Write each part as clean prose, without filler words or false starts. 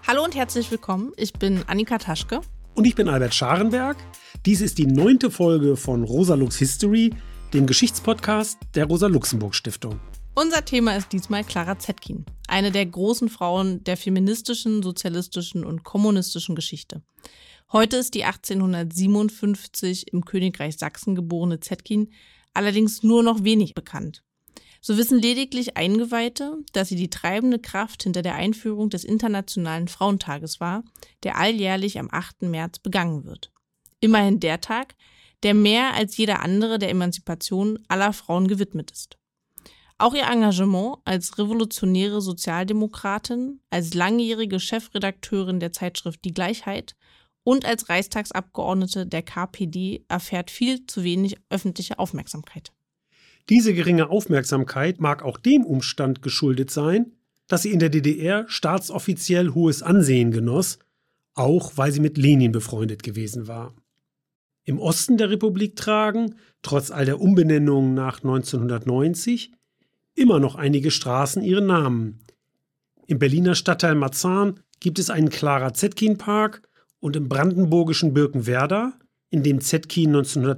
Hallo und herzlich willkommen. Ich bin Annika Taschke. Und ich bin Albert Scharenberg. Dies ist die 9. Folge von Rosa Lux History, dem Geschichtspodcast der Rosa-Luxemburg-Stiftung. Unser Thema ist diesmal Clara Zetkin, eine der großen Frauen der feministischen, sozialistischen und kommunistischen Geschichte. Heute ist die 1857 im Königreich Sachsen geborene Zetkin allerdings nur noch wenig bekannt. So wissen lediglich Eingeweihte, dass sie die treibende Kraft hinter der Einführung des Internationalen Frauentages war, der alljährlich am 8. März begangen wird. Immerhin der Tag, der mehr als jeder andere der Emanzipation aller Frauen gewidmet ist. Auch ihr Engagement als revolutionäre Sozialdemokratin, als langjährige Chefredakteurin der Zeitschrift Die Gleichheit und als Reichstagsabgeordnete der KPD erfährt viel zu wenig öffentliche Aufmerksamkeit. Diese geringe Aufmerksamkeit mag auch dem Umstand geschuldet sein, dass sie in der DDR staatsoffiziell hohes Ansehen genoss, auch weil sie mit Lenin befreundet gewesen war. Im Osten der Republik tragen, trotz all der Umbenennungen nach 1990, immer noch einige Straßen ihren Namen. Im Berliner Stadtteil Marzahn gibt es einen Clara-Zetkin-Park und im brandenburgischen Birkenwerder, in dem Zetkin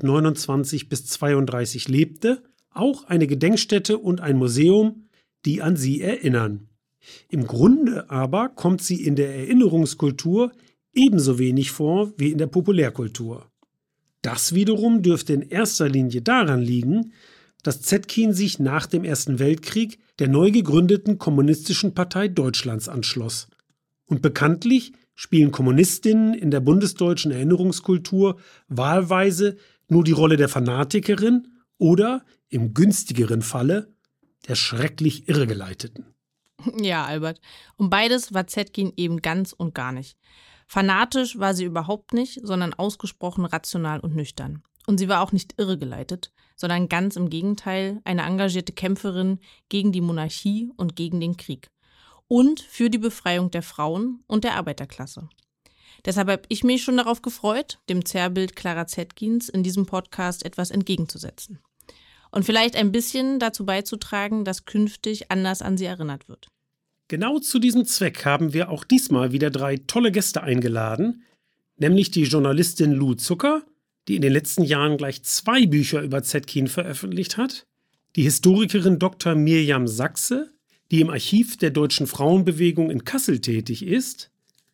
1929 bis 1932 lebte, auch eine Gedenkstätte und ein Museum, die an sie erinnern. Im Grunde aber kommt sie in der Erinnerungskultur ebenso wenig vor wie in der Populärkultur. Das wiederum dürfte in erster Linie daran liegen, dass Zetkin sich nach dem Ersten Weltkrieg der neu gegründeten Kommunistischen Partei Deutschlands anschloss. Und bekanntlich spielen Kommunistinnen in der bundesdeutschen Erinnerungskultur wahlweise nur die Rolle der Fanatikerin oder, im günstigeren Falle, der schrecklich Irregeleiteten. Ja, Albert. Und beides war Zetkin eben ganz und gar nicht. Fanatisch war sie überhaupt nicht, sondern ausgesprochen rational und nüchtern. Und sie war auch nicht irregeleitet, sondern ganz im Gegenteil eine engagierte Kämpferin gegen die Monarchie und gegen den Krieg. Und für die Befreiung der Frauen und der Arbeiterklasse. Deshalb habe ich mich schon darauf gefreut, dem Zerrbild Clara Zetkins in diesem Podcast etwas entgegenzusetzen. Und vielleicht ein bisschen dazu beizutragen, dass künftig anders an sie erinnert wird. Genau zu diesem Zweck haben wir auch diesmal wieder 3 tolle Gäste eingeladen, nämlich die Journalistin Lou Zucker, die in den letzten Jahren gleich 2 Bücher über Zetkin veröffentlicht hat, die Historikerin Dr. Mirjam Sachse, die im Archiv der Deutschen Frauenbewegung in Kassel tätig ist,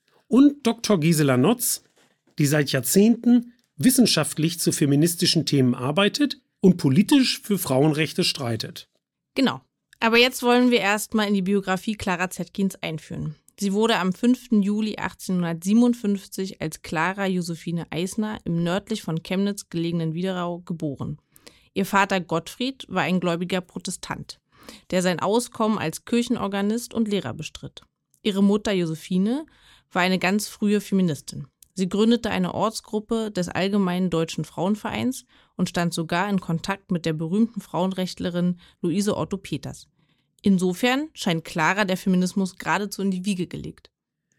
und Dr. Gisela Notz, die seit Jahrzehnten wissenschaftlich zu feministischen Themen arbeitet und politisch für Frauenrechte streitet. Genau. Aber jetzt wollen wir erstmal in die Biografie Clara Zetkins einführen. Sie wurde am 5. Juli 1857 als Clara Josephine Eisner im nördlich von Chemnitz gelegenen Widerau geboren. Ihr Vater Gottfried war ein gläubiger Protestant, der sein Auskommen als Kirchenorganist und Lehrer bestritt. Ihre Mutter Josephine war eine ganz frühe Feministin. Sie gründete eine Ortsgruppe des Allgemeinen Deutschen Frauenvereins und stand sogar in Kontakt mit der berühmten Frauenrechtlerin Luise Otto Peters. Insofern scheint Clara der Feminismus geradezu in die Wiege gelegt.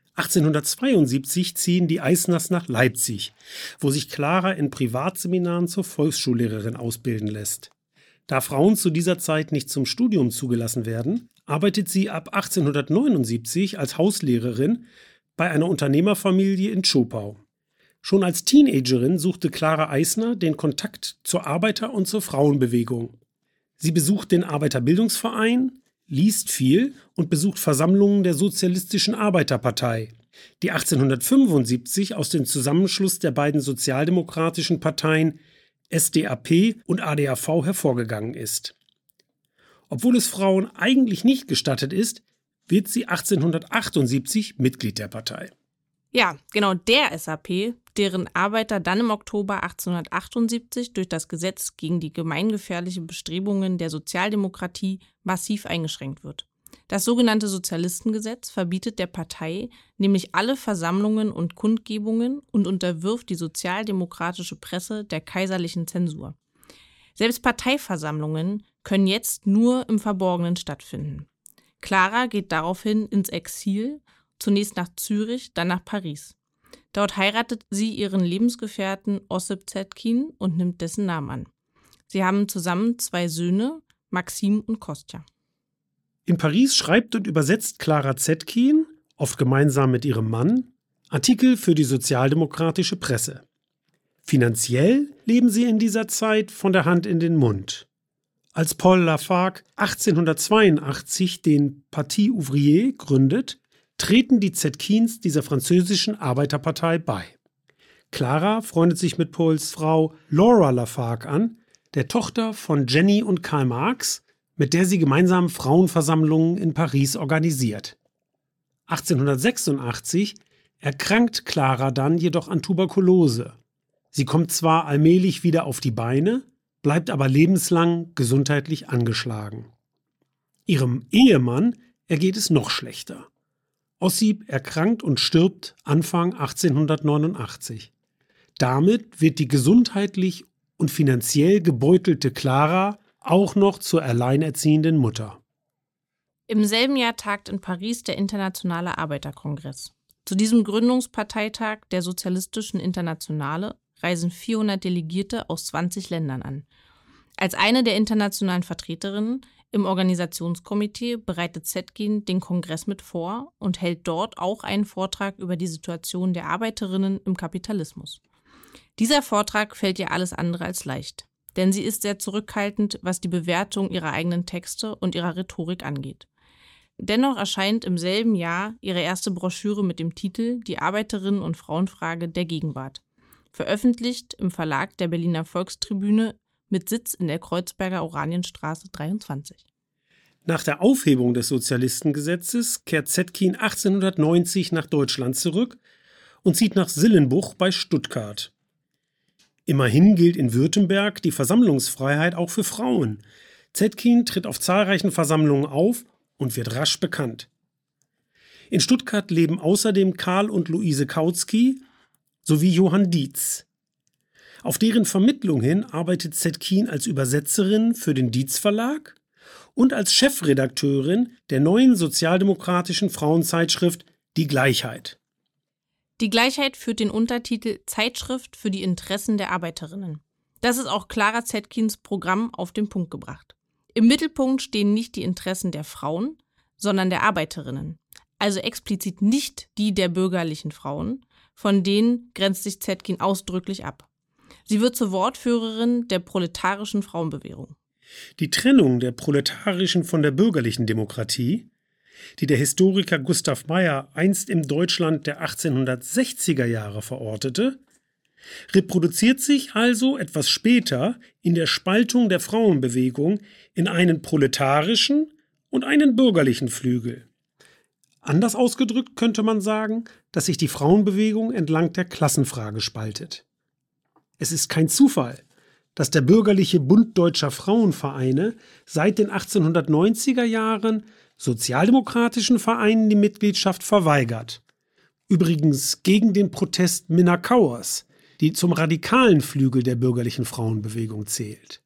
1872 ziehen die Eisners nach Leipzig, wo sich Clara in Privatseminaren zur Volksschullehrerin ausbilden lässt. Da Frauen zu dieser Zeit nicht zum Studium zugelassen werden, arbeitet sie ab 1879 als Hauslehrerin bei einer Unternehmerfamilie in Zschopau. Schon als Teenagerin suchte Clara Eisner den Kontakt zur Arbeiter- und zur Frauenbewegung. Sie besucht den Arbeiterbildungsverein, liest viel und besucht Versammlungen der Sozialistischen Arbeiterpartei, die 1875 aus dem Zusammenschluss der beiden sozialdemokratischen Parteien SDAP und ADAV hervorgegangen ist. Obwohl es Frauen eigentlich nicht gestattet ist, wird sie 1878 Mitglied der Partei. Ja, genau der SAP, deren Arbeiter dann im Oktober 1878 durch das Gesetz gegen die gemeingefährlichen Bestrebungen der Sozialdemokratie massiv eingeschränkt wird. Das sogenannte Sozialistengesetz verbietet der Partei nämlich alle Versammlungen und Kundgebungen und unterwirft die sozialdemokratische Presse der kaiserlichen Zensur. Selbst Parteiversammlungen können jetzt nur im Verborgenen stattfinden. Clara geht daraufhin ins Exil, zunächst nach Zürich, dann nach Paris. Dort heiratet sie ihren Lebensgefährten Ossip Zetkin und nimmt dessen Namen an. Sie haben zusammen 2 Söhne, Maxim und Kostja. In Paris schreibt und übersetzt Clara Zetkin oft gemeinsam mit ihrem Mann, Artikel für die sozialdemokratische Presse. Finanziell leben sie in dieser Zeit von der Hand in den Mund. Als Paul Lafargue 1882 den Parti Ouvrier gründet, treten die Zetkins dieser französischen Arbeiterpartei bei. Clara freundet sich mit Pauls Frau Laura Lafargue an, der Tochter von Jenny und Karl Marx, mit der sie gemeinsam Frauenversammlungen in Paris organisiert. 1886 erkrankt Clara dann jedoch an Tuberkulose. Sie kommt zwar allmählich wieder auf die Beine, bleibt aber lebenslang gesundheitlich angeschlagen. Ihrem Ehemann ergeht es noch schlechter. Ossip erkrankt und stirbt Anfang 1889. Damit wird die gesundheitlich und finanziell gebeutelte Clara auch noch zur alleinerziehenden Mutter. Im selben Jahr tagt in Paris der Internationale Arbeiterkongress. Zu diesem Gründungsparteitag der Sozialistischen Internationale reisen 400 Delegierte aus 20 Ländern an. Als eine der internationalen Vertreterinnen im Organisationskomitee bereitet Zetkin den Kongress mit vor und hält dort auch einen Vortrag über die Situation der Arbeiterinnen im Kapitalismus. Dieser Vortrag fällt ihr alles andere als leicht, denn sie ist sehr zurückhaltend, was die Bewertung ihrer eigenen Texte und ihrer Rhetorik angeht. Dennoch erscheint im selben Jahr ihre erste Broschüre mit dem Titel »Die Arbeiterinnen- und Frauenfrage der Gegenwart«, veröffentlicht im Verlag der Berliner Volkstribüne mit Sitz in der Kreuzberger Oranienstraße 23. Nach der Aufhebung des Sozialistengesetzes kehrt Zetkin 1890 nach Deutschland zurück und zieht nach Sillenbuch bei Stuttgart. Immerhin gilt in Württemberg die Versammlungsfreiheit auch für Frauen. Zetkin tritt auf zahlreichen Versammlungen auf und wird rasch bekannt. In Stuttgart leben außerdem Karl und Luise Kautsky sowie Johann Dietz. Auf deren Vermittlung hin arbeitet Zetkin als Übersetzerin für den Dietz Verlag und als Chefredakteurin der neuen sozialdemokratischen Frauenzeitschrift Die Gleichheit. Die Gleichheit führt den Untertitel Zeitschrift für die Interessen der Arbeiterinnen. Das ist auch Clara Zetkins Programm auf den Punkt gebracht. Im Mittelpunkt stehen nicht die Interessen der Frauen, sondern der Arbeiterinnen. Also explizit nicht die der bürgerlichen Frauen, von denen grenzt sich Zetkin ausdrücklich ab. Sie wird zur Wortführerin der proletarischen Frauenbewegung. Die Trennung der proletarischen von der bürgerlichen Demokratie, die der Historiker Gustav Meyer einst im Deutschland der 1860er Jahre verortete, reproduziert sich also etwas später in der Spaltung der Frauenbewegung in einen proletarischen und einen bürgerlichen Flügel. Anders ausgedrückt könnte man sagen, dass sich die Frauenbewegung entlang der Klassenfrage spaltet. Es ist kein Zufall, dass der bürgerliche Bund Deutscher Frauenvereine seit den 1890er Jahren sozialdemokratischen Vereinen die Mitgliedschaft verweigert. Übrigens gegen den Protest Minna Kauers, die zum radikalen Flügel der bürgerlichen Frauenbewegung zählt.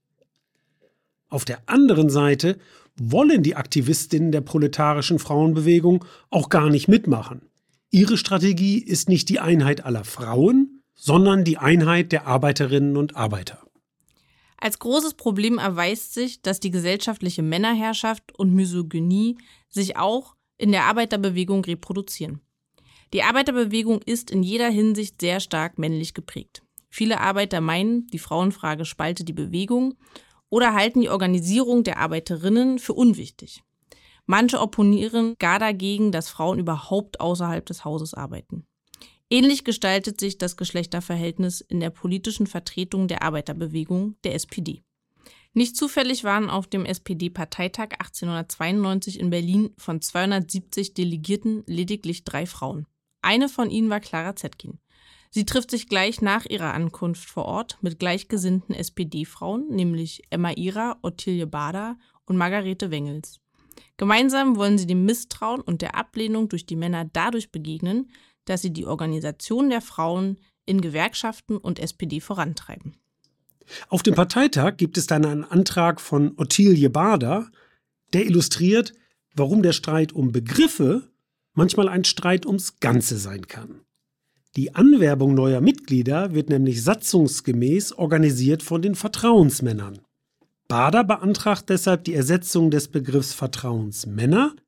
Auf der anderen Seite wollen die Aktivistinnen der proletarischen Frauenbewegung auch gar nicht mitmachen. Ihre Strategie ist nicht die Einheit aller Frauen, sondern die Einheit der Arbeiterinnen und Arbeiter. Als großes Problem erweist sich, dass die gesellschaftliche Männerherrschaft und Misogynie sich auch in der Arbeiterbewegung reproduzieren. Die Arbeiterbewegung ist in jeder Hinsicht sehr stark männlich geprägt. Viele Arbeiter meinen, die Frauenfrage spalte die Bewegung oder halten die Organisierung der Arbeiterinnen für unwichtig. Manche opponieren gar dagegen, dass Frauen überhaupt außerhalb des Hauses arbeiten. Ähnlich gestaltet sich das Geschlechterverhältnis in der politischen Vertretung der Arbeiterbewegung, der SPD. Nicht zufällig waren auf dem SPD-Parteitag 1892 in Berlin von 270 Delegierten lediglich 3 Frauen. Eine von ihnen war Clara Zetkin. Sie trifft sich gleich nach ihrer Ankunft vor Ort mit gleichgesinnten SPD-Frauen, nämlich Emma Ihrer, Ottilie Bader und Margarete Wengels. Gemeinsam wollen sie dem Misstrauen und der Ablehnung durch die Männer dadurch begegnen, dass sie die Organisation der Frauen in Gewerkschaften und SPD vorantreiben. Auf dem Parteitag gibt es dann einen Antrag von Ottilie Bader, der illustriert, warum der Streit um Begriffe manchmal ein Streit ums Ganze sein kann. Die Anwerbung neuer Mitglieder wird nämlich satzungsgemäß organisiert von den Vertrauensmännern. Bader beantragt deshalb die Ersetzung des Begriffs Vertrauensmänner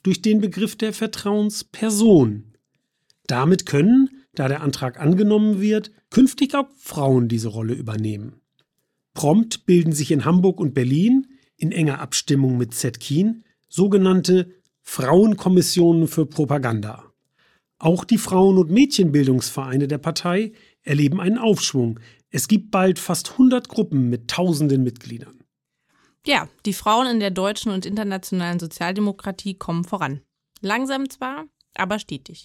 durch den Begriff der Vertrauensperson. Damit können, da der Antrag angenommen wird, künftig auch Frauen diese Rolle übernehmen. Prompt bilden sich in Hamburg und Berlin, in enger Abstimmung mit Zetkin, sogenannte Frauenkommissionen für Propaganda. Auch die Frauen- und Mädchenbildungsvereine der Partei erleben einen Aufschwung. Es gibt bald fast 100 Gruppen mit tausenden Mitgliedern. Ja, die Frauen in der deutschen und internationalen Sozialdemokratie kommen voran. Langsam zwar, aber stetig.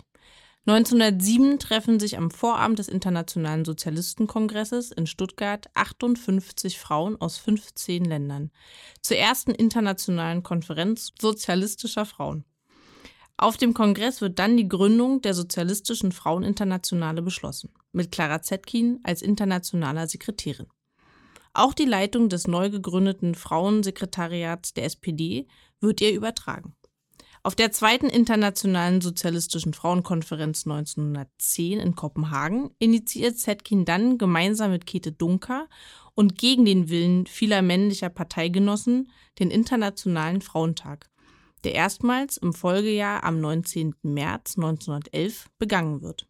1907 treffen sich am Vorabend des Internationalen Sozialistenkongresses in Stuttgart 58 Frauen aus 15 Ländern zur ersten internationalen Konferenz sozialistischer Frauen. Auf dem Kongress wird dann die Gründung der Sozialistischen Fraueninternationale beschlossen, mit Clara Zetkin als internationaler Sekretärin. Auch die Leitung des neu gegründeten Frauensekretariats der SPD wird ihr übertragen. Auf der zweiten Internationalen Sozialistischen Frauenkonferenz 1910 in Kopenhagen initiiert Zetkin dann gemeinsam mit Käthe Duncker und gegen den Willen vieler männlicher Parteigenossen den Internationalen Frauentag, der erstmals im Folgejahr am 19. März 1911 begangen wird.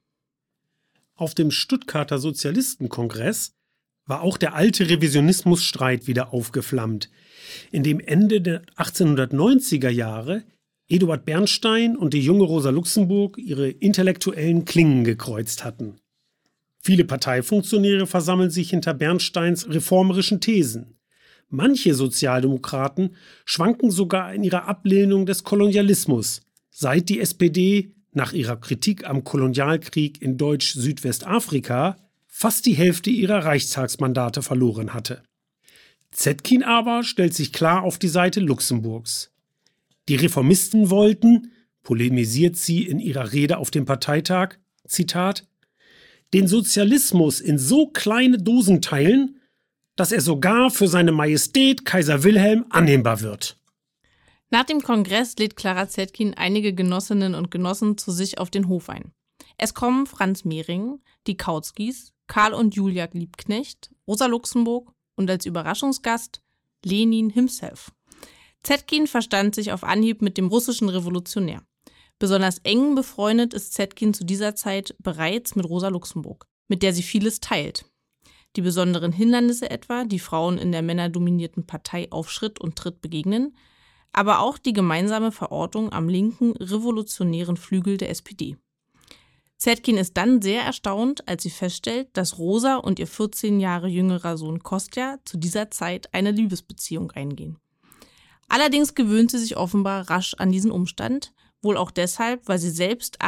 Auf dem Stuttgarter Sozialistenkongress war auch der alte Revisionismusstreit wieder aufgeflammt, in dem Ende der 1890er Jahre Eduard Bernstein und die junge Rosa Luxemburg ihre intellektuellen Klingen gekreuzt hatten. Viele Parteifunktionäre versammeln sich hinter Bernsteins reformerischen Thesen. Manche Sozialdemokraten schwanken sogar in ihrer Ablehnung des Kolonialismus, seit die SPD nach ihrer Kritik am Kolonialkrieg in Deutsch-Südwestafrika fast die Hälfte ihrer Reichstagsmandate verloren hatte. Zetkin aber stellt sich klar auf die Seite Luxemburgs. Die Reformisten wollten, polemisiert sie in ihrer Rede auf dem Parteitag, Zitat, den Sozialismus in so kleine Dosen teilen, dass er sogar für seine Majestät Kaiser Wilhelm annehmbar wird. Nach dem Kongress lädt Clara Zetkin einige Genossinnen und Genossen zu sich auf den Hof ein. Es kommen Franz Mehring, die Kautskys, Karl und Julia Liebknecht, Rosa Luxemburg und als Überraschungsgast Lenin himself. Zetkin verstand sich auf Anhieb mit dem russischen Revolutionär. Besonders eng befreundet ist Zetkin zu dieser Zeit bereits mit Rosa Luxemburg, mit der sie vieles teilt. Die besonderen Hindernisse etwa, die Frauen in der männerdominierten Partei auf Schritt und Tritt begegnen, aber auch die gemeinsame Verortung am linken, revolutionären Flügel der SPD. Zetkin ist dann sehr erstaunt, als sie feststellt, dass Rosa und ihr 14 Jahre jüngerer Sohn Kostja zu dieser Zeit eine Liebesbeziehung eingehen. Allerdings gewöhnt sie sich offenbar rasch an diesen Umstand, wohl auch deshalb, weil sie selbst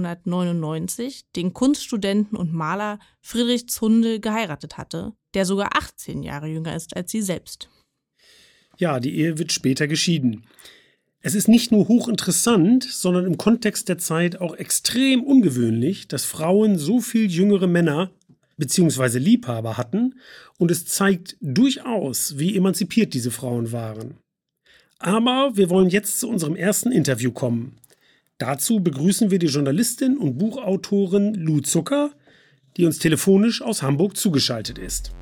1899 den Kunststudenten und Maler Friedrich Zundel geheiratet hatte, der sogar 18 Jahre jünger ist als sie selbst. Ja, die Ehe wird später geschieden. Es ist nicht nur hochinteressant, sondern im Kontext der Zeit auch extrem ungewöhnlich, dass Frauen so viel jüngere Männer bzw. Liebhaber hatten, und es zeigt durchaus, wie emanzipiert diese Frauen waren. Aber wir wollen jetzt zu unserem ersten Interview kommen. Dazu begrüßen wir die Journalistin und Buchautorin Lou Zucker, die uns telefonisch aus Hamburg zugeschaltet ist.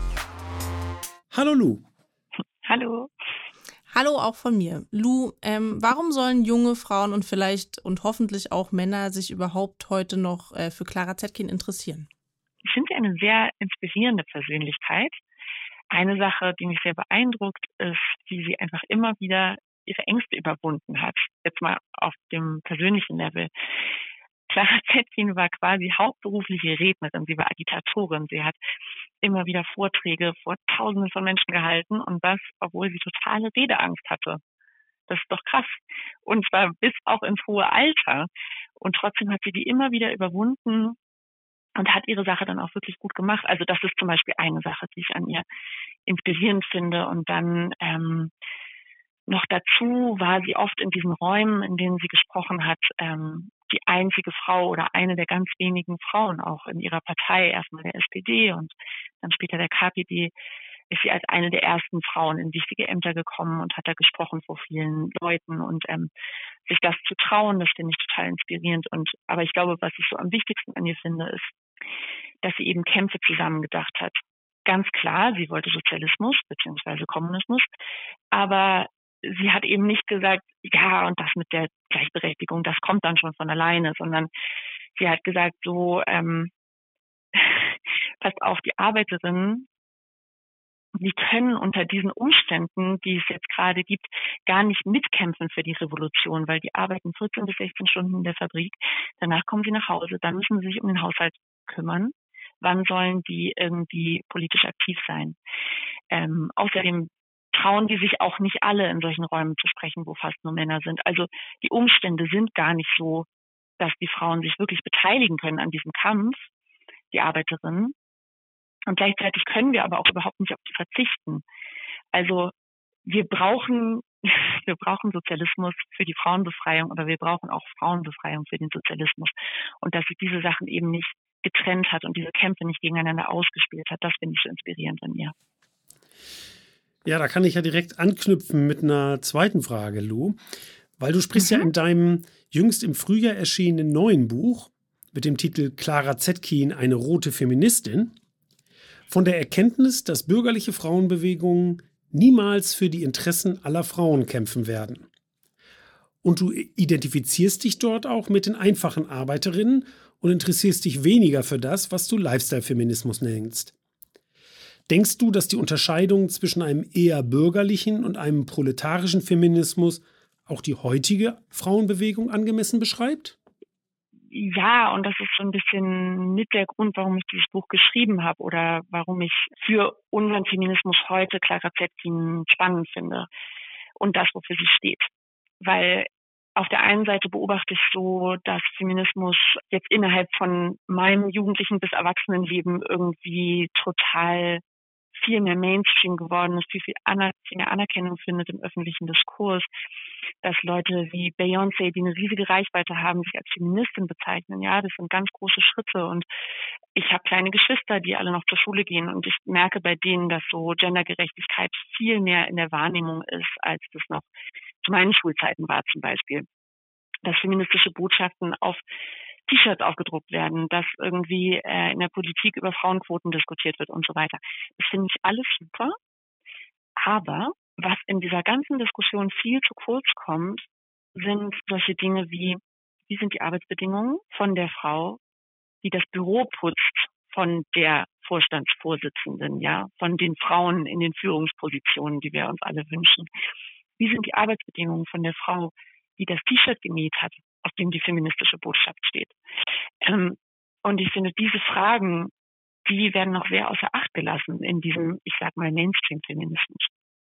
Hallo Lou. Hallo. Hallo auch von mir. Lou, warum sollen junge Frauen und vielleicht und hoffentlich auch Männer sich überhaupt heute noch für Clara Zetkin interessieren? Ich finde sie eine sehr inspirierende Persönlichkeit. Eine Sache, die mich sehr beeindruckt, ist, wie sie einfach immer wieder ihre Ängste überwunden hat. Jetzt mal auf dem persönlichen Level. Clara Zetkin war quasi hauptberufliche Rednerin. Sie war Agitatorin. Sie hat immer wieder Vorträge vor Tausenden von Menschen gehalten, und das, obwohl sie totale Redeangst hatte. Das ist doch krass. Und zwar bis auch ins hohe Alter. Und trotzdem hat sie die immer wieder überwunden und hat ihre Sache dann auch wirklich gut gemacht. Also das ist zum Beispiel eine Sache, die ich an ihr inspirierend finde. Und dann noch dazu war sie oft in diesen Räumen, in denen sie gesprochen hat, die einzige Frau oder eine der ganz wenigen Frauen auch in ihrer Partei, erstmal der SPD und dann später der KPD, ist sie als eine der ersten Frauen in wichtige Ämter gekommen und hat da gesprochen vor vielen Leuten. Und sich das zu trauen, das finde ich total inspirierend. Aber ich glaube, was ich so am wichtigsten an ihr finde, ist, dass sie eben Kämpfe zusammengedacht hat. Ganz klar, sie wollte Sozialismus bzw. Kommunismus, aber sie hat eben nicht gesagt, ja, und das mit der Gleichberechtigung, das kommt dann schon von alleine, sondern sie hat gesagt, so, passt auf, die Arbeiterinnen, die können unter diesen Umständen, die es jetzt gerade gibt, gar nicht mitkämpfen für die Revolution, weil die arbeiten 14 bis 16 Stunden in der Fabrik, danach kommen sie nach Hause, dann müssen sie sich um den Haushalt kümmern. Wann sollen die irgendwie politisch aktiv sein? Außerdem trauen die sich auch nicht alle in solchen Räumen zu sprechen, wo fast nur Männer sind. Also die Umstände sind gar nicht so, dass die Frauen sich wirklich beteiligen können an diesem Kampf, die Arbeiterinnen. Und gleichzeitig können wir aber auch überhaupt nicht auf die verzichten. Also wir brauchen Sozialismus für die Frauenbefreiung, aber wir brauchen auch Frauenbefreiung für den Sozialismus. Und dass sich diese Sachen eben nicht getrennt hat und diese Kämpfe nicht gegeneinander ausgespielt hat, das finde ich so inspirierend an ihr. Ja, da kann ich ja direkt anknüpfen mit einer zweiten Frage, Lou. Weil du sprichst ja in deinem jüngst im Frühjahr erschienenen neuen Buch mit dem Titel Clara Zetkin, eine rote Feministin, von der Erkenntnis, dass bürgerliche Frauenbewegungen niemals für die Interessen aller Frauen kämpfen werden. Und du identifizierst dich dort auch mit den einfachen Arbeiterinnen und interessierst dich weniger für das, was du Lifestyle-Feminismus nennst. Denkst du, dass die Unterscheidung zwischen einem eher bürgerlichen und einem proletarischen Feminismus auch die heutige Frauenbewegung angemessen beschreibt? Ja, und das ist so ein bisschen mit der Grund, warum ich dieses Buch geschrieben habe oder warum ich für unseren Feminismus heute Clara Zetkin spannend finde und das, wofür sie steht. Weil auf der einen Seite beobachte ich so, dass Feminismus jetzt innerhalb von meinem jugendlichen bis Erwachsenenleben irgendwie total viel mehr Mainstream geworden ist, viel mehr Anerkennung findet im öffentlichen Diskurs, dass Leute wie Beyoncé, die eine riesige Reichweite haben, sich als Feministin bezeichnen. Ja, das sind ganz große Schritte und ich habe kleine Geschwister, die alle noch zur Schule gehen und ich merke bei denen, dass so Gendergerechtigkeit viel mehr in der Wahrnehmung ist, als das noch zu meinen Schulzeiten war zum Beispiel. Dass feministische Botschaften auf T-Shirts aufgedruckt werden, dass irgendwie in der Politik über Frauenquoten diskutiert wird und so weiter. Das finde ich alles super. Aber was in dieser ganzen Diskussion viel zu kurz kommt, sind solche Dinge wie sind die Arbeitsbedingungen von der Frau, die das Büro putzt, von der Vorstandsvorsitzenden, ja, von den Frauen in den Führungspositionen, die wir uns alle wünschen. Wie sind die Arbeitsbedingungen von der Frau, die das T-Shirt genäht hat, auf dem die feministische Botschaft steht? Und ich finde, diese Fragen, die werden noch sehr außer Acht gelassen in diesem, ich sag mal, Mainstream-Feminismus.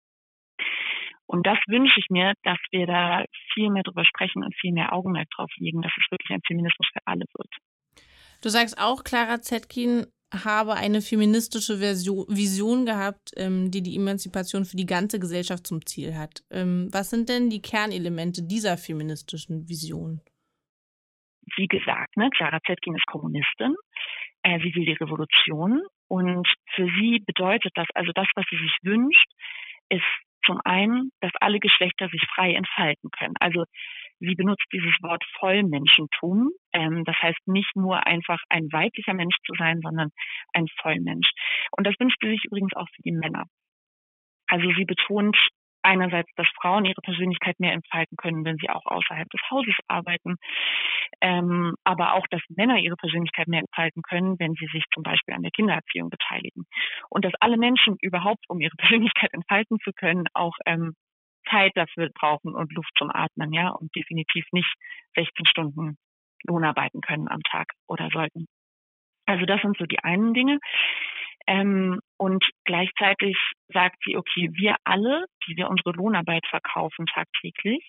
Und das wünsche ich mir, dass wir da viel mehr drüber sprechen und viel mehr Augenmerk drauf legen, dass es wirklich ein Feminismus für alle wird. Du sagst auch, Clara Zetkin habe eine feministische Vision gehabt, die Emanzipation für die ganze Gesellschaft zum Ziel hat. Was sind denn die Kernelemente dieser feministischen Vision? Wie gesagt, Clara Zetkin ist Kommunistin. Sie will die Revolution. Und für sie bedeutet das, also das, was sie sich wünscht, ist zum einen, dass alle Geschlechter sich frei entfalten können. Also sie benutzt dieses Wort Vollmenschentum. Das heißt nicht nur einfach ein weiblicher Mensch zu sein, sondern ein Vollmensch. Und das wünscht sie sich übrigens auch für die Männer. Also sie betont einerseits, dass Frauen ihre Persönlichkeit mehr entfalten können, wenn sie auch außerhalb des Hauses arbeiten, aber auch, dass Männer ihre Persönlichkeit mehr entfalten können, wenn sie sich zum Beispiel an der Kindererziehung beteiligen. Und dass alle Menschen überhaupt, um ihre Persönlichkeit entfalten zu können, auch Zeit dafür brauchen und Luft zum Atmen, ja, und definitiv nicht 16 Stunden Lohn arbeiten können am Tag oder sollten. Also das sind so die einen Dinge. Und gleichzeitig sagt sie, okay, wir alle, die wir unsere Lohnarbeit verkaufen tagtäglich,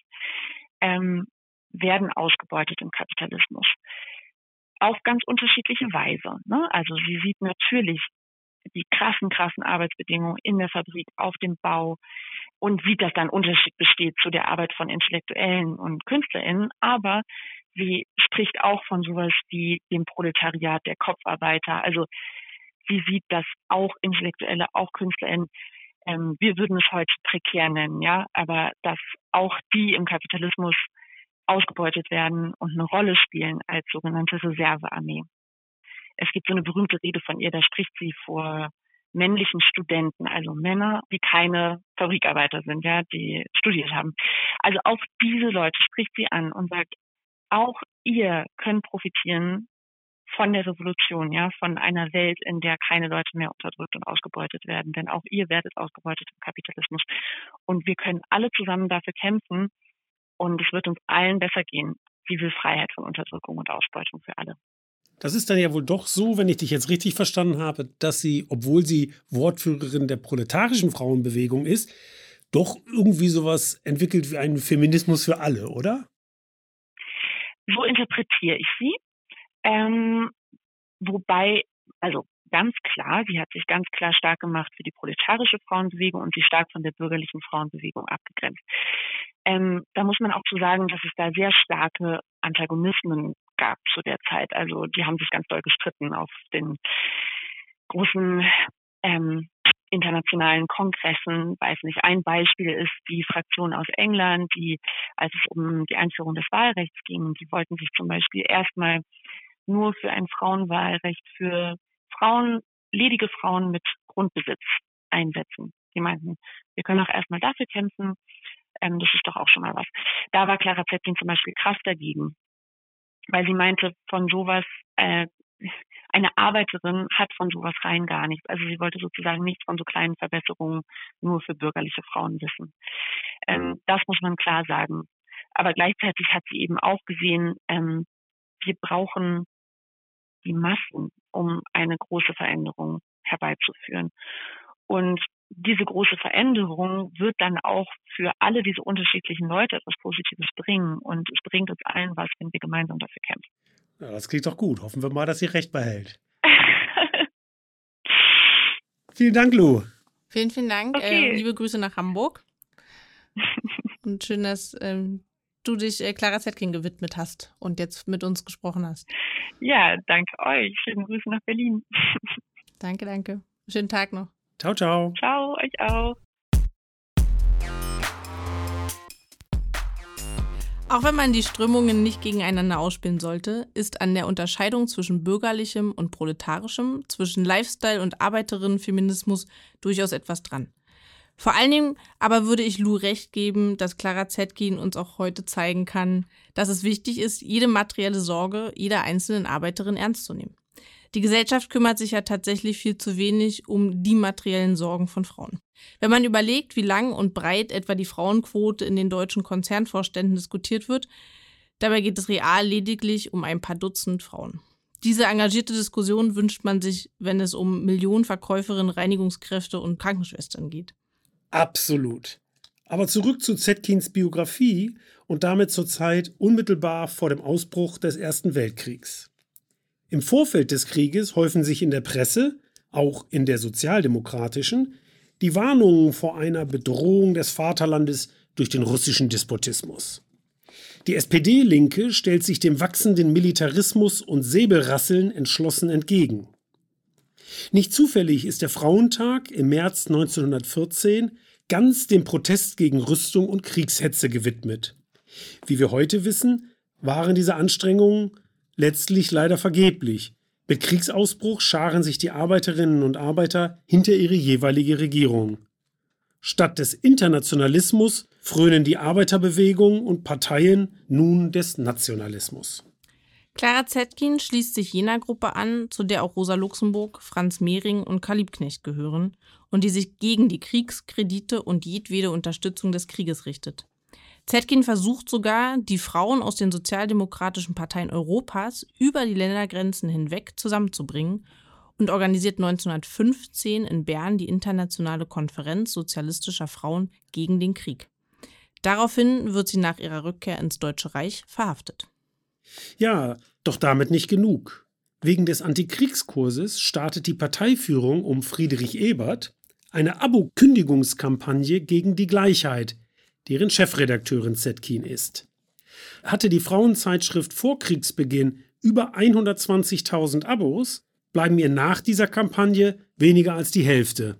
werden ausgebeutet im Kapitalismus. Auf ganz unterschiedliche Weise. Ne? Also sie sieht natürlich die krassen Arbeitsbedingungen in der Fabrik, auf dem Bau und sieht, dass da ein Unterschied besteht zu der Arbeit von Intellektuellen und KünstlerInnen, aber sie spricht auch von sowas wie dem Proletariat der Kopfarbeiter. Also sie sieht, dass auch Intellektuelle, auch KünstlerInnen, wir würden es heute prekär nennen, ja, aber dass auch die im Kapitalismus ausgebeutet werden und eine Rolle spielen als sogenannte Reservearmee. Es gibt so eine berühmte Rede von ihr, da spricht sie vor männlichen Studenten, also Männer, die keine Fabrikarbeiter sind, ja, die studiert haben. Also auch diese Leute spricht sie an und sagt, auch ihr könnt profitieren von der Revolution, ja, von einer Welt, in der keine Leute mehr unterdrückt und ausgebeutet werden, denn auch ihr werdet ausgebeutet im Kapitalismus. Und wir können alle zusammen dafür kämpfen und es wird uns allen besser gehen. Sie will Freiheit von Unterdrückung und Ausbeutung für alle. Das ist dann ja wohl doch so, wenn ich dich jetzt richtig verstanden habe, dass sie, obwohl sie Wortführerin der proletarischen Frauenbewegung ist, doch irgendwie sowas entwickelt wie einen Feminismus für alle, oder? So interpretiere ich sie. Wobei, also ganz klar, sie hat sich ganz klar stark gemacht für die proletarische Frauenbewegung und sie stark von der bürgerlichen Frauenbewegung abgegrenzt. Da muss man auch zu sagen, dass es da sehr starke Antagonismen gab zu der Zeit. Also die haben sich ganz doll gestritten auf den großen internationalen Kongressen. Weiß nicht, ein Beispiel ist die Fraktion aus England, die, als es um die Einführung des Wahlrechts ging, die wollten sich zum Beispiel erstmal nur für ein Frauenwahlrecht für Frauen, ledige Frauen mit Grundbesitz einsetzen. Die meinten, wir können auch erstmal dafür kämpfen, das ist doch auch schon mal was. Da war Clara Zetkin zum Beispiel krass dagegen, weil sie meinte, von sowas, eine Arbeiterin hat von sowas rein gar nichts. Also sie wollte sozusagen nichts von so kleinen Verbesserungen nur für bürgerliche Frauen wissen. Das muss man klar sagen. Aber gleichzeitig hat sie eben auch gesehen, wir brauchen die Massen, um eine große Veränderung herbeizuführen. Und diese große Veränderung wird dann auch für alle diese unterschiedlichen Leute etwas Positives bringen. Und es bringt uns allen was, wenn wir gemeinsam dafür kämpfen. Ja, das klingt doch gut. Hoffen wir mal, dass sie recht behält. Vielen Dank, Lou. Vielen, vielen Dank. Okay. Liebe Grüße nach Hamburg. Und schön, dass du dich Clara Zetkin gewidmet hast und jetzt mit uns gesprochen hast. Ja, danke euch. Schöne Grüße nach Berlin. Danke, danke. Schönen Tag noch. Ciao, ciao. Ciao, euch auch. Auch wenn man die Strömungen nicht gegeneinander ausspielen sollte, ist an der Unterscheidung zwischen bürgerlichem und proletarischem, zwischen Lifestyle- und Arbeiterinnenfeminismus durchaus etwas dran. Vor allen Dingen aber würde ich Lou recht geben, dass Clara Zetkin uns auch heute zeigen kann, dass es wichtig ist, jede materielle Sorge jeder einzelnen Arbeiterin ernst zu nehmen. Die Gesellschaft kümmert sich ja tatsächlich viel zu wenig um die materiellen Sorgen von Frauen. Wenn man überlegt, wie lang und breit etwa die Frauenquote in den deutschen Konzernvorständen diskutiert wird, dabei geht es real lediglich um ein paar Dutzend Frauen. Diese engagierte Diskussion wünscht man sich, wenn es um Millionen Verkäuferinnen, Reinigungskräfte und Krankenschwestern geht. Absolut. Aber zurück zu Zetkins Biografie und damit zur Zeit unmittelbar vor dem Ausbruch des Ersten Weltkriegs. Im Vorfeld des Krieges häufen sich in der Presse, auch in der sozialdemokratischen, die Warnungen vor einer Bedrohung des Vaterlandes durch den russischen Despotismus. Die SPD-Linke stellt sich dem wachsenden Militarismus und Säbelrasseln entschlossen entgegen. Nicht zufällig ist der Frauentag im März 1914 ganz dem Protest gegen Rüstung und Kriegshetze gewidmet. Wie wir heute wissen, waren diese Anstrengungen letztlich leider vergeblich. Mit Kriegsausbruch scharen sich die Arbeiterinnen und Arbeiter hinter ihre jeweilige Regierung. Statt des Internationalismus frönen die Arbeiterbewegung und Parteien nun des Nationalismus. Clara Zetkin schließt sich jener Gruppe an, zu der auch Rosa Luxemburg, Franz Mehring und Karl Liebknecht gehören und die sich gegen die Kriegskredite und jedwede Unterstützung des Krieges richtet. Zetkin versucht sogar, die Frauen aus den sozialdemokratischen Parteien Europas über die Ländergrenzen hinweg zusammenzubringen und organisiert 1915 in Bern die Internationale Konferenz sozialistischer Frauen gegen den Krieg. Daraufhin wird sie nach ihrer Rückkehr ins Deutsche Reich verhaftet. Ja, doch damit nicht genug. Wegen des Antikriegskurses startet die Parteiführung um Friedrich Ebert eine Abo-Kündigungskampagne gegen die Gleichheit, deren Chefredakteurin Zetkin ist. Hatte die Frauenzeitschrift vor Kriegsbeginn über 120.000 Abos, bleiben ihr nach dieser Kampagne weniger als die Hälfte.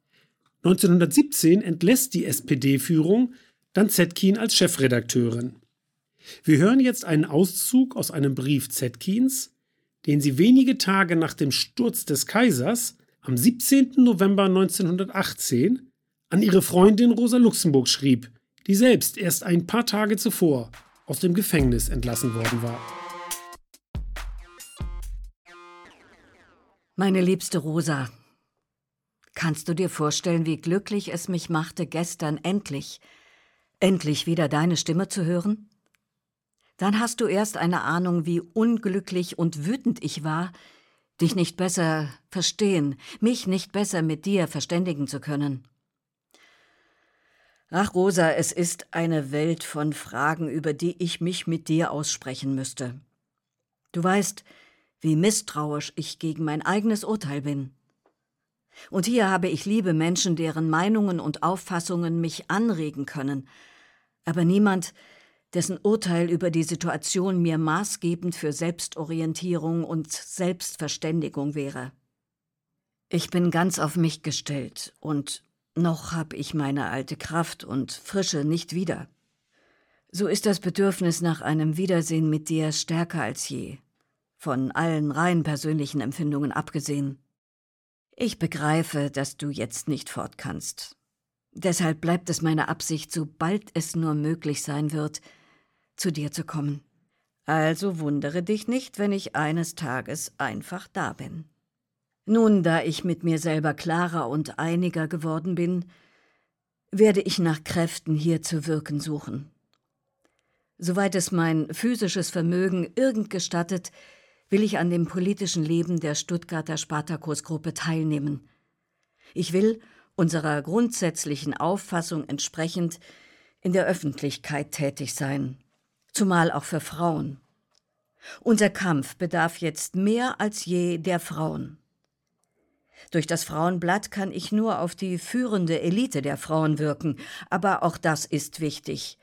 1917 entlässt die SPD-Führung dann Zetkin als Chefredakteurin. Wir hören jetzt einen Auszug aus einem Brief Zetkins, den sie wenige Tage nach dem Sturz des Kaisers am 17. November 1918 an ihre Freundin Rosa Luxemburg schrieb, die selbst erst ein paar Tage zuvor aus dem Gefängnis entlassen worden war. Meine liebste Rosa, kannst du dir vorstellen, wie glücklich es mich machte, gestern endlich wieder deine Stimme zu hören? Dann hast du erst eine Ahnung, wie unglücklich und wütend ich war, dich nicht besser verstehen, mich nicht besser mit dir verständigen zu können. Ach, Rosa, es ist eine Welt von Fragen, über die ich mich mit dir aussprechen müsste. Du weißt, wie misstrauisch ich gegen mein eigenes Urteil bin. Und hier habe ich liebe Menschen, deren Meinungen und Auffassungen mich anregen können, aber niemand, dessen Urteil über die Situation mir maßgebend für Selbstorientierung und Selbstverständigung wäre. Ich bin ganz auf mich gestellt und noch habe ich meine alte Kraft und Frische nicht wieder. So ist das Bedürfnis nach einem Wiedersehen mit dir stärker als je, von allen rein persönlichen Empfindungen abgesehen. Ich begreife, dass du jetzt nicht fort kannst. Deshalb bleibt es meine Absicht, sobald es nur möglich sein wird, zu dir zu kommen. Also wundere dich nicht, wenn ich eines Tages einfach da bin. Nun, da ich mit mir selber klarer und einiger geworden bin, werde ich nach Kräften hier zu wirken suchen. Soweit es mein physisches Vermögen irgend gestattet, will ich an dem politischen Leben der Stuttgarter Spartakusgruppe teilnehmen. Ich will, unserer grundsätzlichen Auffassung entsprechend, in der Öffentlichkeit tätig sein, zumal auch für Frauen. Unser Kampf bedarf jetzt mehr als je der Frauen. Durch das Frauenblatt kann ich nur auf die führende Elite der Frauen wirken, aber auch das ist wichtig.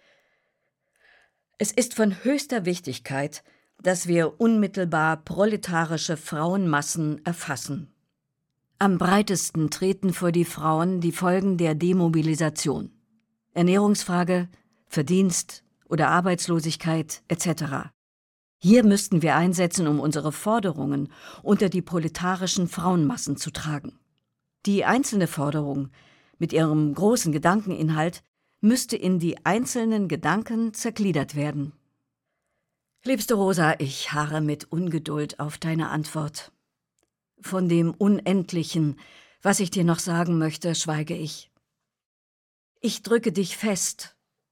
Es ist von höchster Wichtigkeit, dass wir unmittelbar proletarische Frauenmassen erfassen. Am breitesten treten vor die Frauen die Folgen der Demobilisation. Ernährungsfrage, Verdienst oder Arbeitslosigkeit etc. Hier müssten wir einsetzen, um unsere Forderungen unter die proletarischen Frauenmassen zu tragen. Die einzelne Forderung mit ihrem großen Gedankeninhalt müsste in die einzelnen Gedanken zergliedert werden. Liebste Rosa, ich harre mit Ungeduld auf deine Antwort. Von dem Unendlichen, was ich dir noch sagen möchte, schweige ich. Ich drücke dich fest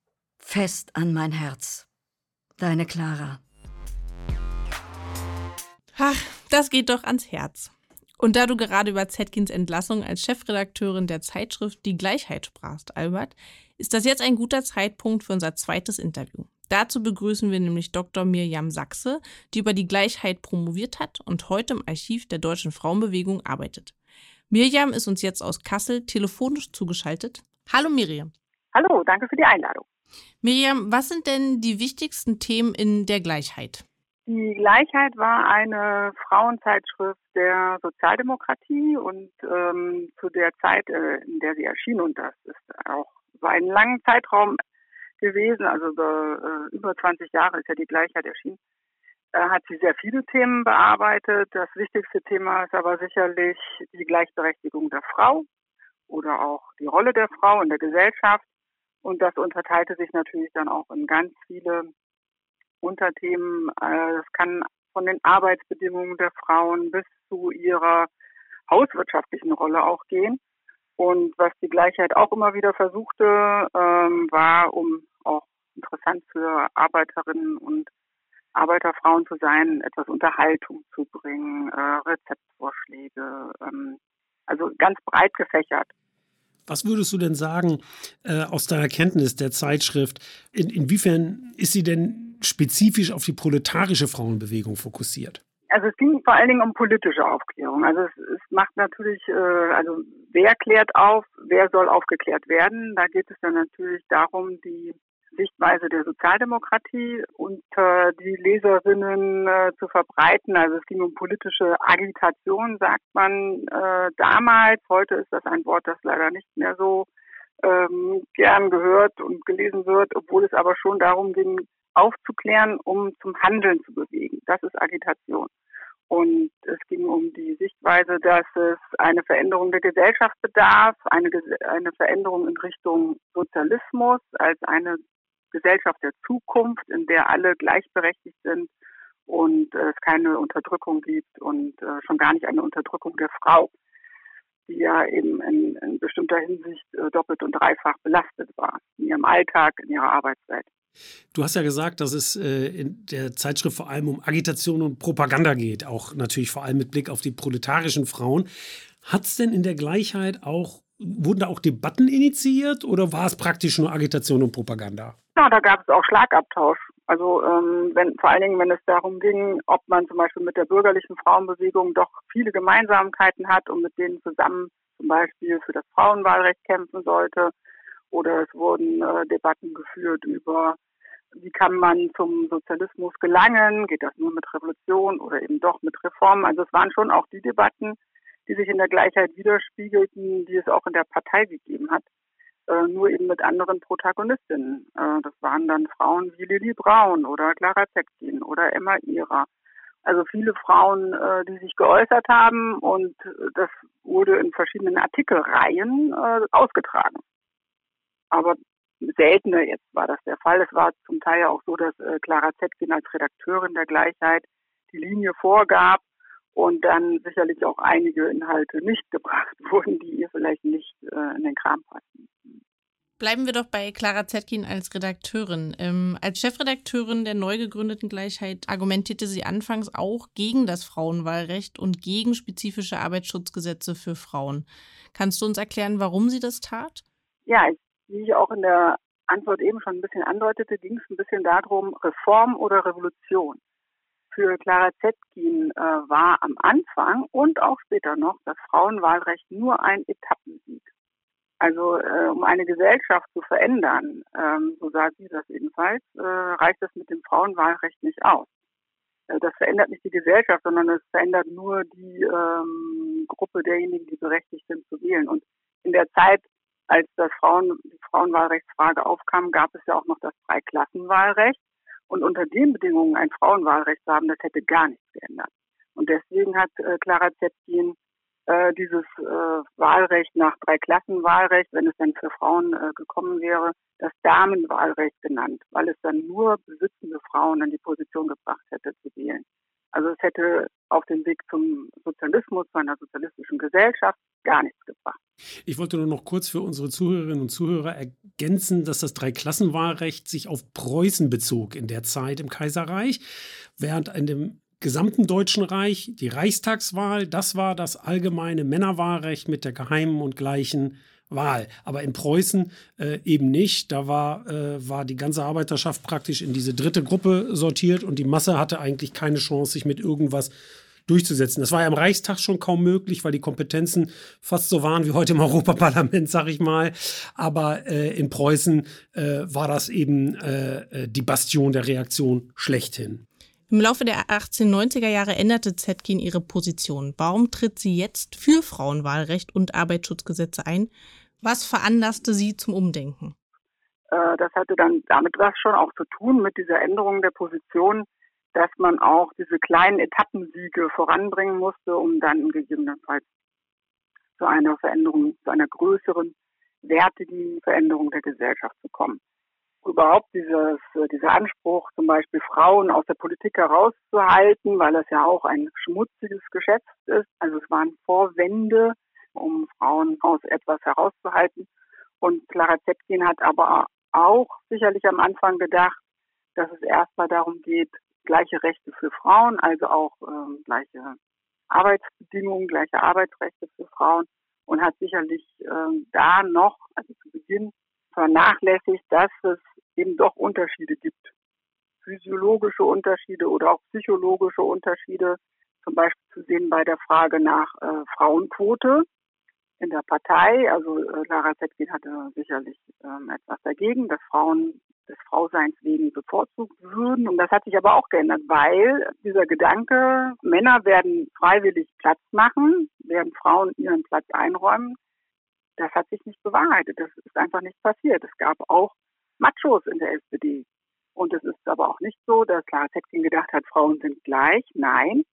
an mein Herz. Deine Clara. Ach, das geht doch ans Herz. Und da du gerade über Zettkins Entlassung als Chefredakteurin der Zeitschrift Die Gleichheit sprachst, Albert, ist das jetzt ein guter Zeitpunkt für unser zweites Interview. Dazu begrüßen wir nämlich Dr. Mirjam Sachse, die über die Gleichheit promoviert hat und heute im Archiv der Deutschen Frauenbewegung arbeitet. Mirjam ist uns jetzt aus Kassel telefonisch zugeschaltet. Hallo Mirjam. Hallo, danke für die Einladung. Mirjam, was sind denn die wichtigsten Themen in der Gleichheit? Die Gleichheit war eine Frauenzeitschrift der Sozialdemokratie und zu der Zeit, in der sie erschien, und das ist auch über einen langen Zeitraum gewesen, also über 20 Jahre ist ja die Gleichheit erschienen, hat sie sehr viele Themen bearbeitet. Das wichtigste Thema ist aber sicherlich die Gleichberechtigung der Frau oder auch die Rolle der Frau in der Gesellschaft. Und das unterteilte sich natürlich dann auch in ganz viele Unterthemen. Das kann von den Arbeitsbedingungen der Frauen bis zu ihrer hauswirtschaftlichen Rolle auch gehen. Und was die Gleichheit auch immer wieder versuchte, war, um auch interessant für Arbeiterinnen und Arbeiterfrauen zu sein, etwas Unterhaltung zu bringen, Rezeptvorschläge, also ganz breit gefächert. Was würdest du denn sagen aus deiner Kenntnis der Zeitschrift? Inwiefern ist sie denn spezifisch auf die proletarische Frauenbewegung fokussiert? Also es ging vor allen Dingen um politische Aufklärung. Also es macht natürlich, also wer klärt auf, wer soll aufgeklärt werden? Da geht es dann natürlich darum, die Sichtweise der Sozialdemokratie unter die Leserinnen zu verbreiten. Also es ging um politische Agitation, sagt man damals. Heute ist das ein Wort, das leider nicht mehr so gern gehört und gelesen wird, obwohl es aber schon darum ging, aufzuklären, um zum Handeln zu bewegen. Das ist Agitation. Und es ging um die Sichtweise, dass es eine Veränderung der Gesellschaft bedarf, eine Veränderung in Richtung Sozialismus als eine Gesellschaft der Zukunft, in der alle gleichberechtigt sind und es keine Unterdrückung gibt und schon gar nicht eine Unterdrückung der Frau, die ja eben in bestimmter Hinsicht doppelt und dreifach belastet war, in ihrem Alltag, in ihrer Arbeitswelt. Du hast ja gesagt, dass es in der Zeitschrift vor allem um Agitation und Propaganda geht, auch natürlich vor allem mit Blick auf die proletarischen Frauen. Hat es denn in der Gleichheit wurden da auch Debatten initiiert oder war es praktisch nur Agitation und Propaganda? Ja, da gab es auch Schlagabtausch. Also vor allen Dingen, wenn es darum ging, ob man zum Beispiel mit der bürgerlichen Frauenbewegung doch viele Gemeinsamkeiten hat und mit denen zusammen zum Beispiel für das Frauenwahlrecht kämpfen sollte. Oder es wurden Debatten geführt über, wie kann man zum Sozialismus gelangen? Geht das nur mit Revolution oder eben doch mit Reformen? Also es waren schon auch die Debatten, die sich in der Gleichheit widerspiegelten, die es auch in der Partei gegeben hat, nur eben mit anderen Protagonistinnen. Das waren dann Frauen wie Lili Braun oder Clara Zetkin oder Emma Ihrer. Also viele Frauen, die sich geäußert haben und das wurde in verschiedenen Artikelreihen ausgetragen. Aber seltener jetzt war das der Fall. Es war zum Teil ja auch so, dass Clara Zetkin als Redakteurin der Gleichheit die Linie vorgab und dann sicherlich auch einige Inhalte nicht gebracht wurden, die ihr vielleicht nicht in den Kram passen. Bleiben wir doch bei Clara Zetkin als Redakteurin. Als Chefredakteurin der neu gegründeten Gleichheit argumentierte sie anfangs auch gegen das Frauenwahlrecht und gegen spezifische Arbeitsschutzgesetze für Frauen. Kannst du uns erklären, warum sie das tat? Ja, wie ich auch in der Antwort eben schon ein bisschen andeutete, ging es ein bisschen darum, Reform oder Revolution. Für Clara Zetkin war am Anfang und auch später noch das Frauenwahlrecht nur ein Etappensieg. Also um eine Gesellschaft zu verändern, so sagt sie das ebenfalls, reicht es mit dem Frauenwahlrecht nicht aus. Das verändert nicht die Gesellschaft, sondern es verändert nur die Gruppe derjenigen, die berechtigt sind zu wählen. Und in der Zeit, als die Frauenwahlrechtsfrage aufkam, gab es ja auch noch das Dreiklassenwahlrecht. Und unter den Bedingungen ein Frauenwahlrecht zu haben, das hätte gar nichts geändert. Und deswegen hat Clara Zetkin dieses Wahlrecht nach Dreiklassenwahlrecht, wenn es dann für Frauen gekommen wäre, das Damenwahlrecht genannt, weil es dann nur besitzende Frauen in die Position gebracht hätte zu wählen. Also es hätte auf dem Weg zum Sozialismus, zu einer sozialistischen Gesellschaft, gar nichts gebracht. Ich wollte nur noch kurz für unsere Zuhörerinnen und Zuhörer ergänzen, dass das Dreiklassenwahlrecht sich auf Preußen bezog in der Zeit im Kaiserreich, während in dem gesamten Deutschen Reich die Reichstagswahl, das war das allgemeine Männerwahlrecht mit der geheimen und gleichen Wahl. Aber in Preußen eben nicht. Da war die ganze Arbeiterschaft praktisch in diese dritte Gruppe sortiert und die Masse hatte eigentlich keine Chance, sich mit irgendwas durchzusetzen. Das war ja im Reichstag schon kaum möglich, weil die Kompetenzen fast so waren wie heute im Europaparlament, sag ich mal. Aber in Preußen war das eben die Bastion der Reaktion schlechthin. Im Laufe der 1890er Jahre änderte Zetkin ihre Position. Warum tritt sie jetzt für Frauenwahlrecht und Arbeitsschutzgesetze ein? Was veranlasste sie zum Umdenken? Das hatte dann damit was schon auch zu tun mit dieser Änderung der Position, dass man auch diese kleinen Etappensiege voranbringen musste, um dann gegebenenfalls zu einer Veränderung, zu einer größeren, wertigen Veränderung der Gesellschaft zu kommen. Überhaupt dieser Anspruch, zum Beispiel Frauen aus der Politik herauszuhalten, weil das ja auch ein schmutziges Geschäft ist. Also es waren Vorwände, um Frauen aus etwas herauszuhalten. Und Clara Zetkin hat aber auch sicherlich am Anfang gedacht, dass es erstmal darum geht, gleiche Rechte für Frauen, also auch gleiche Arbeitsbedingungen, gleiche Arbeitsrechte für Frauen und hat sicherlich da noch, also zu Beginn, vernachlässigt, dass es eben doch Unterschiede gibt. Physiologische Unterschiede oder auch psychologische Unterschiede, zum Beispiel zu sehen bei der Frage nach Frauenquote in der Partei. Also Clara Zetkin hatte sicherlich etwas dagegen, dass Frauen des Frauseins wegen bevorzugt würden. Und das hat sich aber auch geändert, weil dieser Gedanke, Männer werden freiwillig Platz machen, werden Frauen ihren Platz einräumen, das hat sich nicht bewahrheitet. Das ist einfach nicht passiert. Es gab auch Machos in der SPD. Und es ist aber auch nicht so, dass Clara Zetkin gedacht hat, Frauen sind gleich. Nein,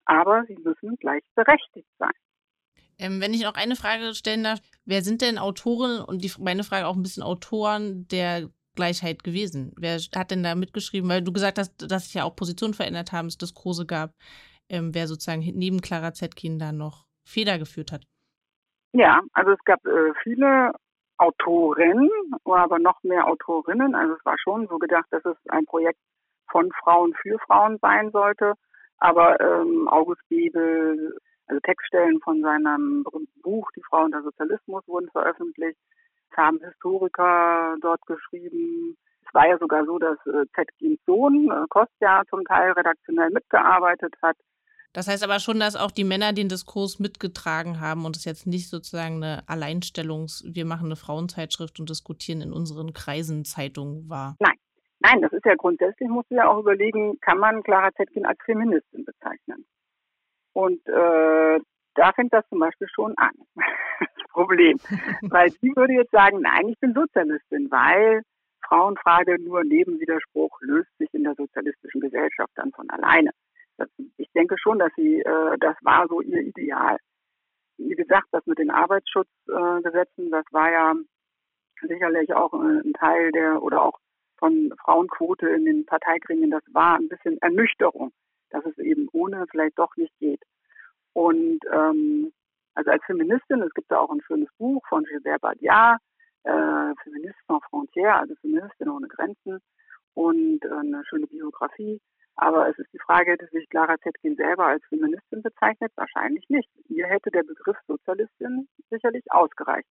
aber sie müssen gleichberechtigt sein. Wenn ich noch eine Frage stellen darf, wer sind denn Autoren und meine Frage auch ein bisschen Autoren der Gleichheit gewesen? Wer hat denn da mitgeschrieben? Weil du gesagt hast, dass sich ja auch Positionen verändert haben, es Diskurse gab, wer sozusagen neben Clara Zetkin da noch Feder geführt hat. Ja, also es gab viele Autoren, aber noch mehr Autorinnen. Also es war schon so gedacht, dass es ein Projekt von Frauen für Frauen sein sollte. Aber August Bebel, also Textstellen von seinem berühmten Buch Die Frau und der Sozialismus wurden veröffentlicht. Es haben Historiker dort geschrieben. Es war ja sogar so, dass Zetkins Sohn Kostja zum Teil redaktionell mitgearbeitet hat. Das heißt aber schon, dass auch die Männer den Diskurs mitgetragen haben und es jetzt nicht sozusagen eine wir machen eine Frauenzeitschrift und diskutieren in unseren Kreisen Zeitung war. Nein, das ist ja grundsätzlich, musst du ja auch überlegen, kann man Clara Zetkin als Feministin bezeichnen? Und da fängt das zum Beispiel schon an, das Problem. Weil sie würde jetzt sagen, nein, ich bin Sozialistin, weil Frauenfrage nur Nebenwiderspruch löst sich in der sozialistischen Gesellschaft dann von alleine. Ich denke schon, dass das war so ihr Ideal. Wie gesagt, das mit den Arbeitsschutzgesetzen, das war ja sicherlich auch ein Teil oder auch von Frauenquote in den Parteigremien, das war ein bisschen Ernüchterung, dass es eben ohne vielleicht doch nicht geht. Und also als Feministin, es gibt da auch ein schönes Buch von Gilbert Badiat, Féministes sans frontières, also Feministin ohne Grenzen und eine schöne Biografie. Aber es ist die Frage, hätte sich Clara Zetkin selber als Feministin bezeichnet? Wahrscheinlich nicht. Ihr hätte der Begriff Sozialistin sicherlich ausgereicht.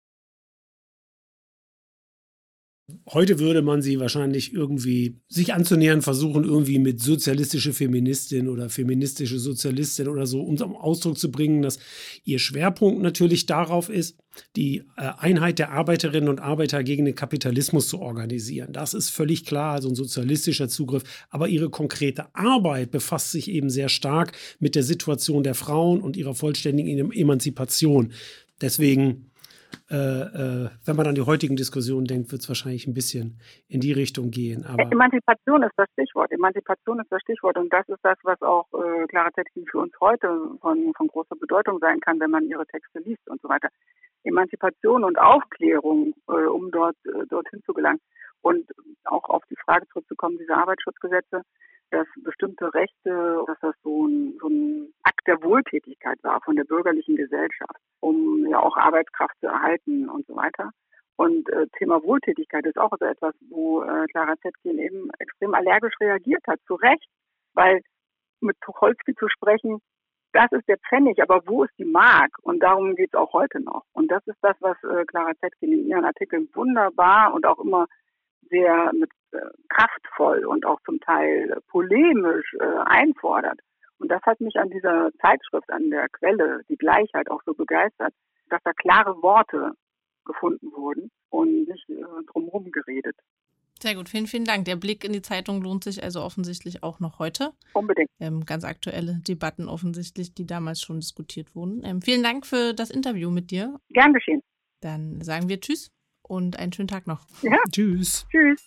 Heute würde man sie wahrscheinlich irgendwie sich anzunähern versuchen, irgendwie mit sozialistische Feministin oder feministische Sozialistin oder so, um zum Ausdruck zu bringen, dass ihr Schwerpunkt natürlich darauf ist, die Einheit der Arbeiterinnen und Arbeiter gegen den Kapitalismus zu organisieren. Das ist völlig klar, also ein sozialistischer Zugriff. Aber ihre konkrete Arbeit befasst sich eben sehr stark mit der Situation der Frauen und ihrer vollständigen Emanzipation. Deswegen wenn man an die heutigen Diskussionen denkt, wird es wahrscheinlich ein bisschen in die Richtung gehen. Aber Emanzipation ist das Stichwort. Emanzipation ist das Stichwort. Und das ist das, was auch Clara Zetkin für uns heute von großer Bedeutung sein kann, wenn man ihre Texte liest und so weiter. Emanzipation und Aufklärung, um dorthin zu gelangen. Und auch auf die Frage zurückzukommen, diese Arbeitsschutzgesetze, dass bestimmte Rechte, dass das so ein Akt der Wohltätigkeit war von der bürgerlichen Gesellschaft, um ja auch Arbeitskraft zu erhalten und so weiter. Und Thema Wohltätigkeit ist auch so etwas, wo Clara Zetkin eben extrem allergisch reagiert hat, zu Recht, weil mit Tucholsky zu sprechen, das ist der Pfennig, aber wo ist die Mark? Und darum geht es auch heute noch. Und das ist das, was Clara Zetkin in ihren Artikeln wunderbar und auch immer sehr kraftvoll und auch zum Teil polemisch einfordert. Und das hat mich an dieser Zeitschrift, an der Quelle, die Gleichheit, auch so begeistert, dass da klare Worte gefunden wurden und nicht drumherum geredet. Sehr gut, vielen, vielen Dank. Der Blick in die Zeitung lohnt sich also offensichtlich auch noch heute. Unbedingt. Ganz aktuelle Debatten offensichtlich, die damals schon diskutiert wurden. Vielen Dank für das Interview mit dir. Gern geschehen. Dann sagen wir Tschüss und einen schönen Tag noch. Ja. Tschüss. Tschüss.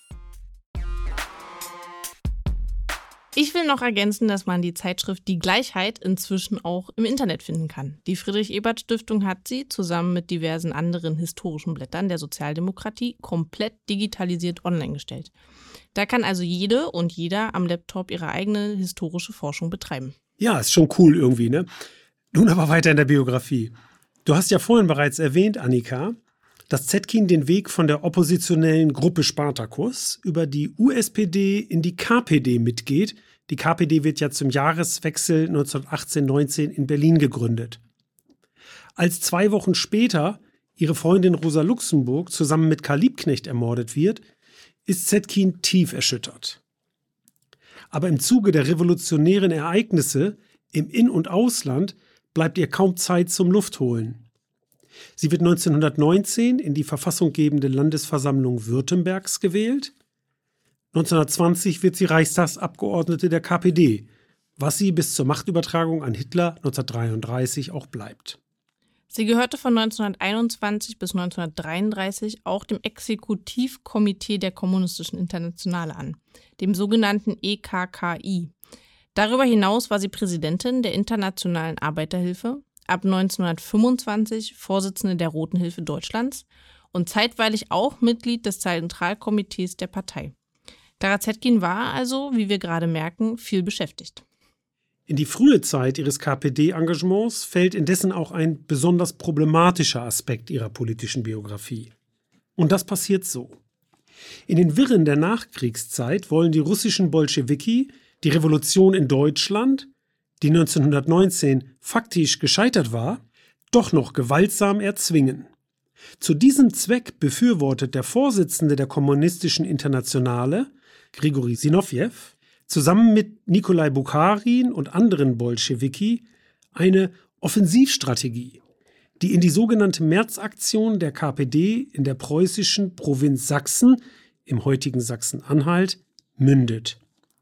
Ich will noch ergänzen, dass man die Zeitschrift Die Gleichheit inzwischen auch im Internet finden kann. Die Friedrich-Ebert-Stiftung hat sie zusammen mit diversen anderen historischen Blättern der Sozialdemokratie komplett digitalisiert online gestellt. Da kann also jede und jeder am Laptop ihre eigene historische Forschung betreiben. Ja, ist schon cool irgendwie, ne? Nun aber weiter in der Biografie. Du hast ja vorhin bereits erwähnt, Annika, dass Zetkin den Weg von der oppositionellen Gruppe Spartacus über die USPD in die KPD mitgeht. Die KPD wird ja zum Jahreswechsel 1918-19 in Berlin gegründet. Als 2 Wochen später ihre Freundin Rosa Luxemburg zusammen mit Karl Liebknecht ermordet wird, ist Zetkin tief erschüttert. Aber im Zuge der revolutionären Ereignisse im In- und Ausland bleibt ihr kaum Zeit zum Luftholen. Sie wird 1919 in die verfassunggebende Landesversammlung Württembergs gewählt. 1920 wird sie Reichstagsabgeordnete der KPD, was sie bis zur Machtübertragung an Hitler 1933 auch bleibt. Sie gehörte von 1921 bis 1933 auch dem Exekutivkomitee der Kommunistischen Internationale an, dem sogenannten EKKI. Darüber hinaus war sie Präsidentin der Internationalen Arbeiterhilfe, ab 1925 Vorsitzende der Roten Hilfe Deutschlands und zeitweilig auch Mitglied des Zentralkomitees der Partei. Clara Zetkin war also, wie wir gerade merken, viel beschäftigt. In die frühe Zeit ihres KPD-Engagements fällt indessen auch ein besonders problematischer Aspekt ihrer politischen Biografie. Und das passiert so. In den Wirren der Nachkriegszeit wollen die russischen Bolschewiki die Revolution in Deutschland, die 1919 faktisch gescheitert war, doch noch gewaltsam erzwingen. Zu diesem Zweck befürwortet der Vorsitzende der Kommunistischen Internationale, Grigori Sinowjew, zusammen mit Nikolai Bukharin und anderen Bolschewiki eine Offensivstrategie, die in die sogenannte Märzaktion der KPD in der preußischen Provinz Sachsen, im heutigen Sachsen-Anhalt, mündet.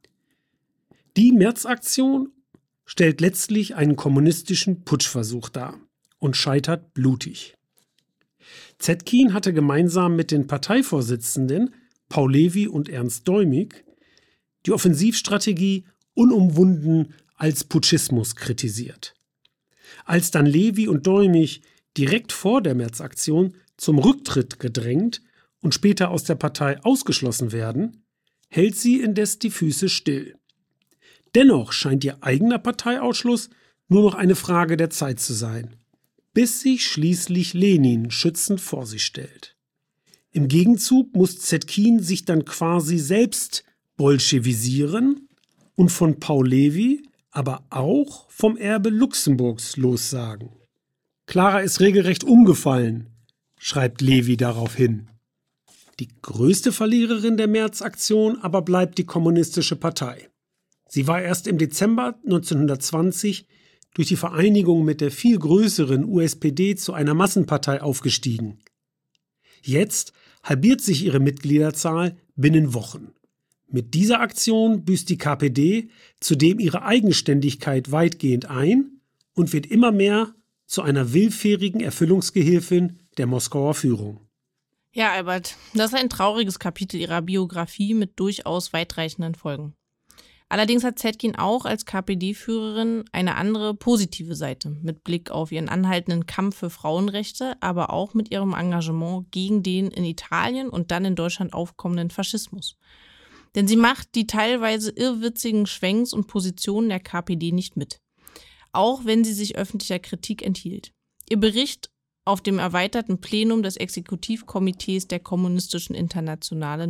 Die Märzaktion stellt letztlich einen kommunistischen Putschversuch dar und scheitert blutig. Zetkin hatte gemeinsam mit den Parteivorsitzenden Paul Levi und Ernst Däumig die Offensivstrategie unumwunden als Putschismus kritisiert. Als dann Levi und Däumig direkt vor der Märzaktion zum Rücktritt gedrängt und später aus der Partei ausgeschlossen werden, hält sie indes die Füße still. Dennoch scheint ihr eigener Parteiausschluss nur noch eine Frage der Zeit zu sein, bis sich schließlich Lenin schützend vor sie stellt. Im Gegenzug muss Zetkin sich dann quasi selbst bolschewisieren und von Paul Levi, aber auch vom Erbe Luxemburgs lossagen. Clara ist regelrecht umgefallen, schreibt Levi daraufhin. Die größte Verliererin der Märzaktion aber bleibt die Kommunistische Partei. Sie war erst im Dezember 1920 durch die Vereinigung mit der viel größeren USPD zu einer Massenpartei aufgestiegen. Jetzt halbiert sich ihre Mitgliederzahl binnen Wochen. Mit dieser Aktion büßt die KPD zudem ihre Eigenständigkeit weitgehend ein und wird immer mehr zu einer willfährigen Erfüllungsgehilfin der Moskauer Führung. Ja, Albert, das ist ein trauriges Kapitel ihrer Biografie mit durchaus weitreichenden Folgen. Allerdings hat Zetkin auch als KPD-Führerin eine andere positive Seite mit Blick auf ihren anhaltenden Kampf für Frauenrechte, aber auch mit ihrem Engagement gegen den in Italien und dann in Deutschland aufkommenden Faschismus. Denn sie macht die teilweise irrwitzigen Schwenks und Positionen der KPD nicht mit, auch wenn sie sich öffentlicher Kritik enthielt. Ihr Bericht auf dem erweiterten Plenum des Exekutivkomitees der Kommunistischen Internationale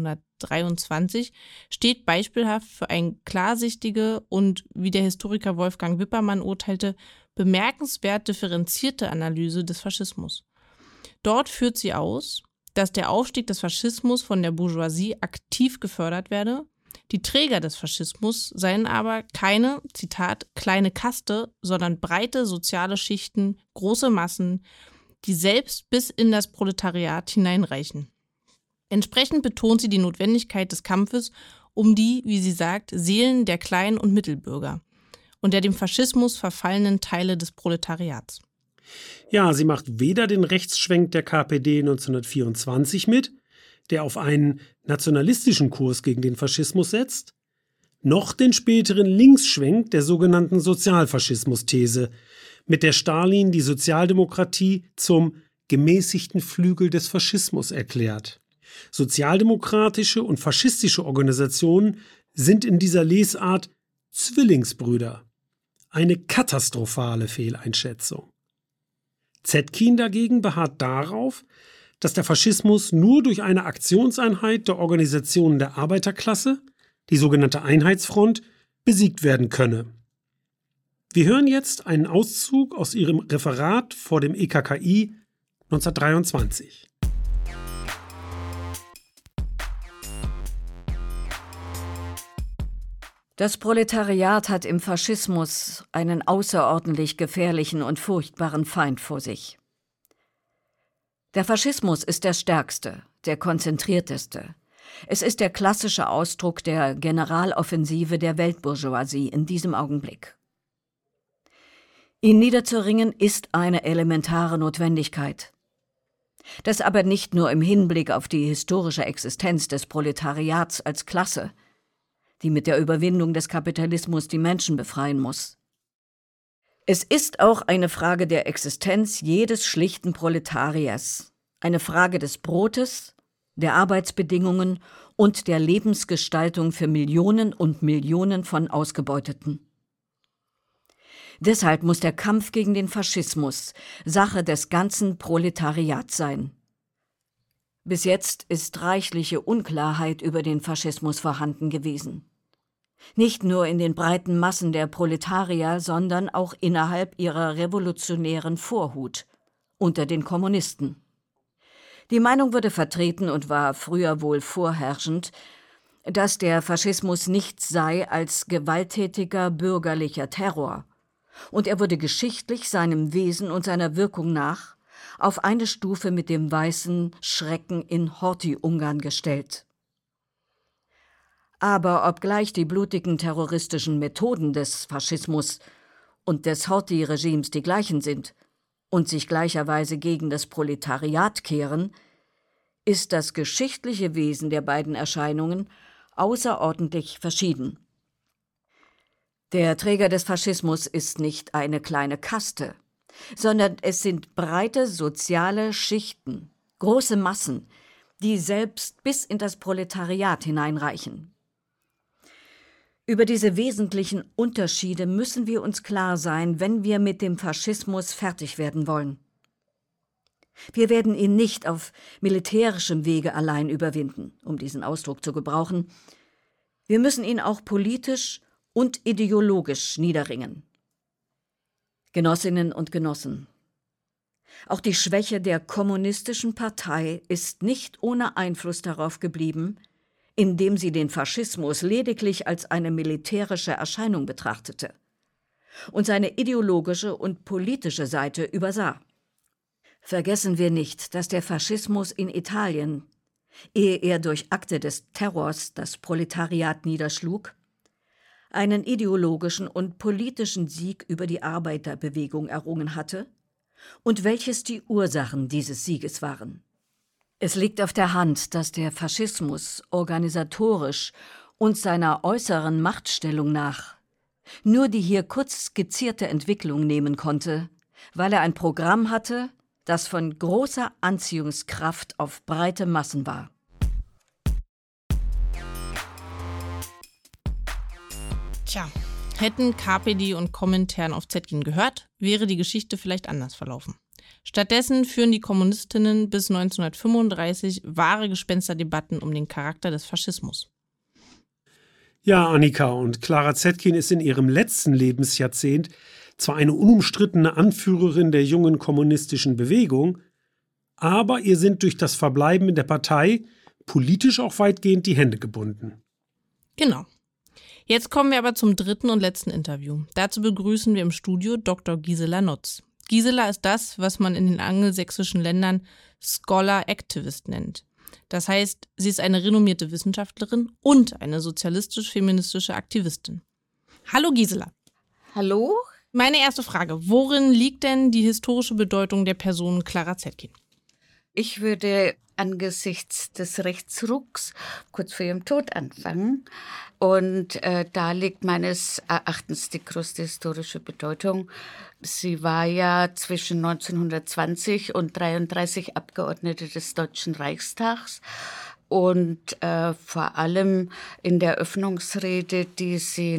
1923 steht beispielhaft für eine klarsichtige und, wie der Historiker Wolfgang Wippermann urteilte, bemerkenswert differenzierte Analyse des Faschismus. Dort führt sie aus, dass der Aufstieg des Faschismus von der Bourgeoisie aktiv gefördert werde. Die Träger des Faschismus seien aber keine, Zitat, kleine Kaste, sondern breite soziale Schichten, große Massen, die selbst bis in das Proletariat hineinreichen. Entsprechend betont sie die Notwendigkeit des Kampfes um die, wie sie sagt, Seelen der Klein- und Mittelbürger und der dem Faschismus verfallenen Teile des Proletariats. Ja, sie macht weder den Rechtsschwenk der KPD 1924 mit, der auf einen nationalistischen Kurs gegen den Faschismus setzt, noch den späteren Linksschwenk der sogenannten Sozialfaschismus-These, mit der Stalin die Sozialdemokratie zum gemäßigten Flügel des Faschismus erklärt. Sozialdemokratische und faschistische Organisationen sind in dieser Lesart Zwillingsbrüder. Eine katastrophale Fehleinschätzung. Zetkin dagegen beharrt darauf, dass der Faschismus nur durch eine Aktionseinheit der Organisationen der Arbeiterklasse, die sogenannte Einheitsfront, besiegt werden könne. Wir hören jetzt einen Auszug aus ihrem Referat vor dem EKKI 1923. Das Proletariat hat im Faschismus einen außerordentlich gefährlichen und furchtbaren Feind vor sich. Der Faschismus ist der stärkste, der konzentrierteste. Es ist der klassische Ausdruck der Generaloffensive der Weltbourgeoisie in diesem Augenblick. Ihn niederzuringen ist eine elementare Notwendigkeit. Das aber nicht nur im Hinblick auf die historische Existenz des Proletariats als Klasse. die mit der Überwindung des Kapitalismus die Menschen befreien muss. Es ist auch eine Frage der Existenz jedes schlichten Proletariers, eine Frage des Brotes, der Arbeitsbedingungen und der Lebensgestaltung für Millionen und Millionen von Ausgebeuteten. Deshalb muss der Kampf gegen den Faschismus Sache des ganzen Proletariats sein. Bis jetzt ist reichliche Unklarheit über den Faschismus vorhanden gewesen. Nicht nur in den breiten Massen der Proletarier, sondern auch innerhalb ihrer revolutionären Vorhut, unter den Kommunisten. Die Meinung wurde vertreten und war früher wohl vorherrschend, dass der Faschismus nichts sei als gewalttätiger bürgerlicher Terror, und er wurde geschichtlich seinem Wesen und seiner Wirkung nach auf eine Stufe mit dem weißen Schrecken in Horthy-Ungarn gestellt. Aber obgleich die blutigen terroristischen Methoden des Faschismus und des Horthy-Regimes die gleichen sind und sich gleicherweise gegen das Proletariat kehren, ist das geschichtliche Wesen der beiden Erscheinungen außerordentlich verschieden. Der Träger des Faschismus ist nicht eine kleine Kaste, sondern es sind breite soziale Schichten, große Massen, die selbst bis in das Proletariat hineinreichen. Über diese wesentlichen Unterschiede müssen wir uns klar sein, wenn wir mit dem Faschismus fertig werden wollen. Wir werden ihn nicht auf militärischem Wege allein überwinden, um diesen Ausdruck zu gebrauchen. Wir müssen ihn auch politisch und ideologisch niederringen. Genossinnen und Genossen, auch die Schwäche der kommunistischen Partei ist nicht ohne Einfluss darauf geblieben, indem sie den Faschismus lediglich als eine militärische Erscheinung betrachtete und seine ideologische und politische Seite übersah. Vergessen wir nicht, dass der Faschismus in Italien, ehe er durch Akte des Terrors das Proletariat niederschlug, einen ideologischen und politischen Sieg über die Arbeiterbewegung errungen hatte und welches die Ursachen dieses Sieges waren. Es liegt auf der Hand, dass der Faschismus organisatorisch und seiner äußeren Machtstellung nach nur die hier kurz skizzierte Entwicklung nehmen konnte, weil er ein Programm hatte, das von großer Anziehungskraft auf breite Massen war. Tja, hätten KPD und Komintern auf Zetkin gehört, wäre die Geschichte vielleicht anders verlaufen. Stattdessen führen die Kommunistinnen bis 1935 wahre Gespensterdebatten um den Charakter des Faschismus. Ja, Annika, und Clara Zetkin ist in ihrem letzten Lebensjahrzehnt zwar eine unumstrittene Anführerin der jungen kommunistischen Bewegung, aber ihr sind durch das Verbleiben in der Partei politisch auch weitgehend die Hände gebunden. Genau. Jetzt kommen wir aber zum dritten und letzten Interview. Dazu begrüßen wir im Studio Dr. Gisela Notz. Gisela ist das, was man in den angelsächsischen Ländern Scholar Activist nennt. Das heißt, sie ist eine renommierte Wissenschaftlerin und eine sozialistisch-feministische Aktivistin. Hallo Gisela. Hallo. Meine erste Frage, worin liegt denn die historische Bedeutung der Person Clara Zetkin? Ich würde angesichts des Rechtsrucks kurz vor ihrem Tod anfangen. Und da liegt meines Erachtens die größte historische Bedeutung. Sie war ja zwischen 1920 und 1933 Abgeordnete des Deutschen Reichstags. Und vor allem in der Öffnungsrede, die sie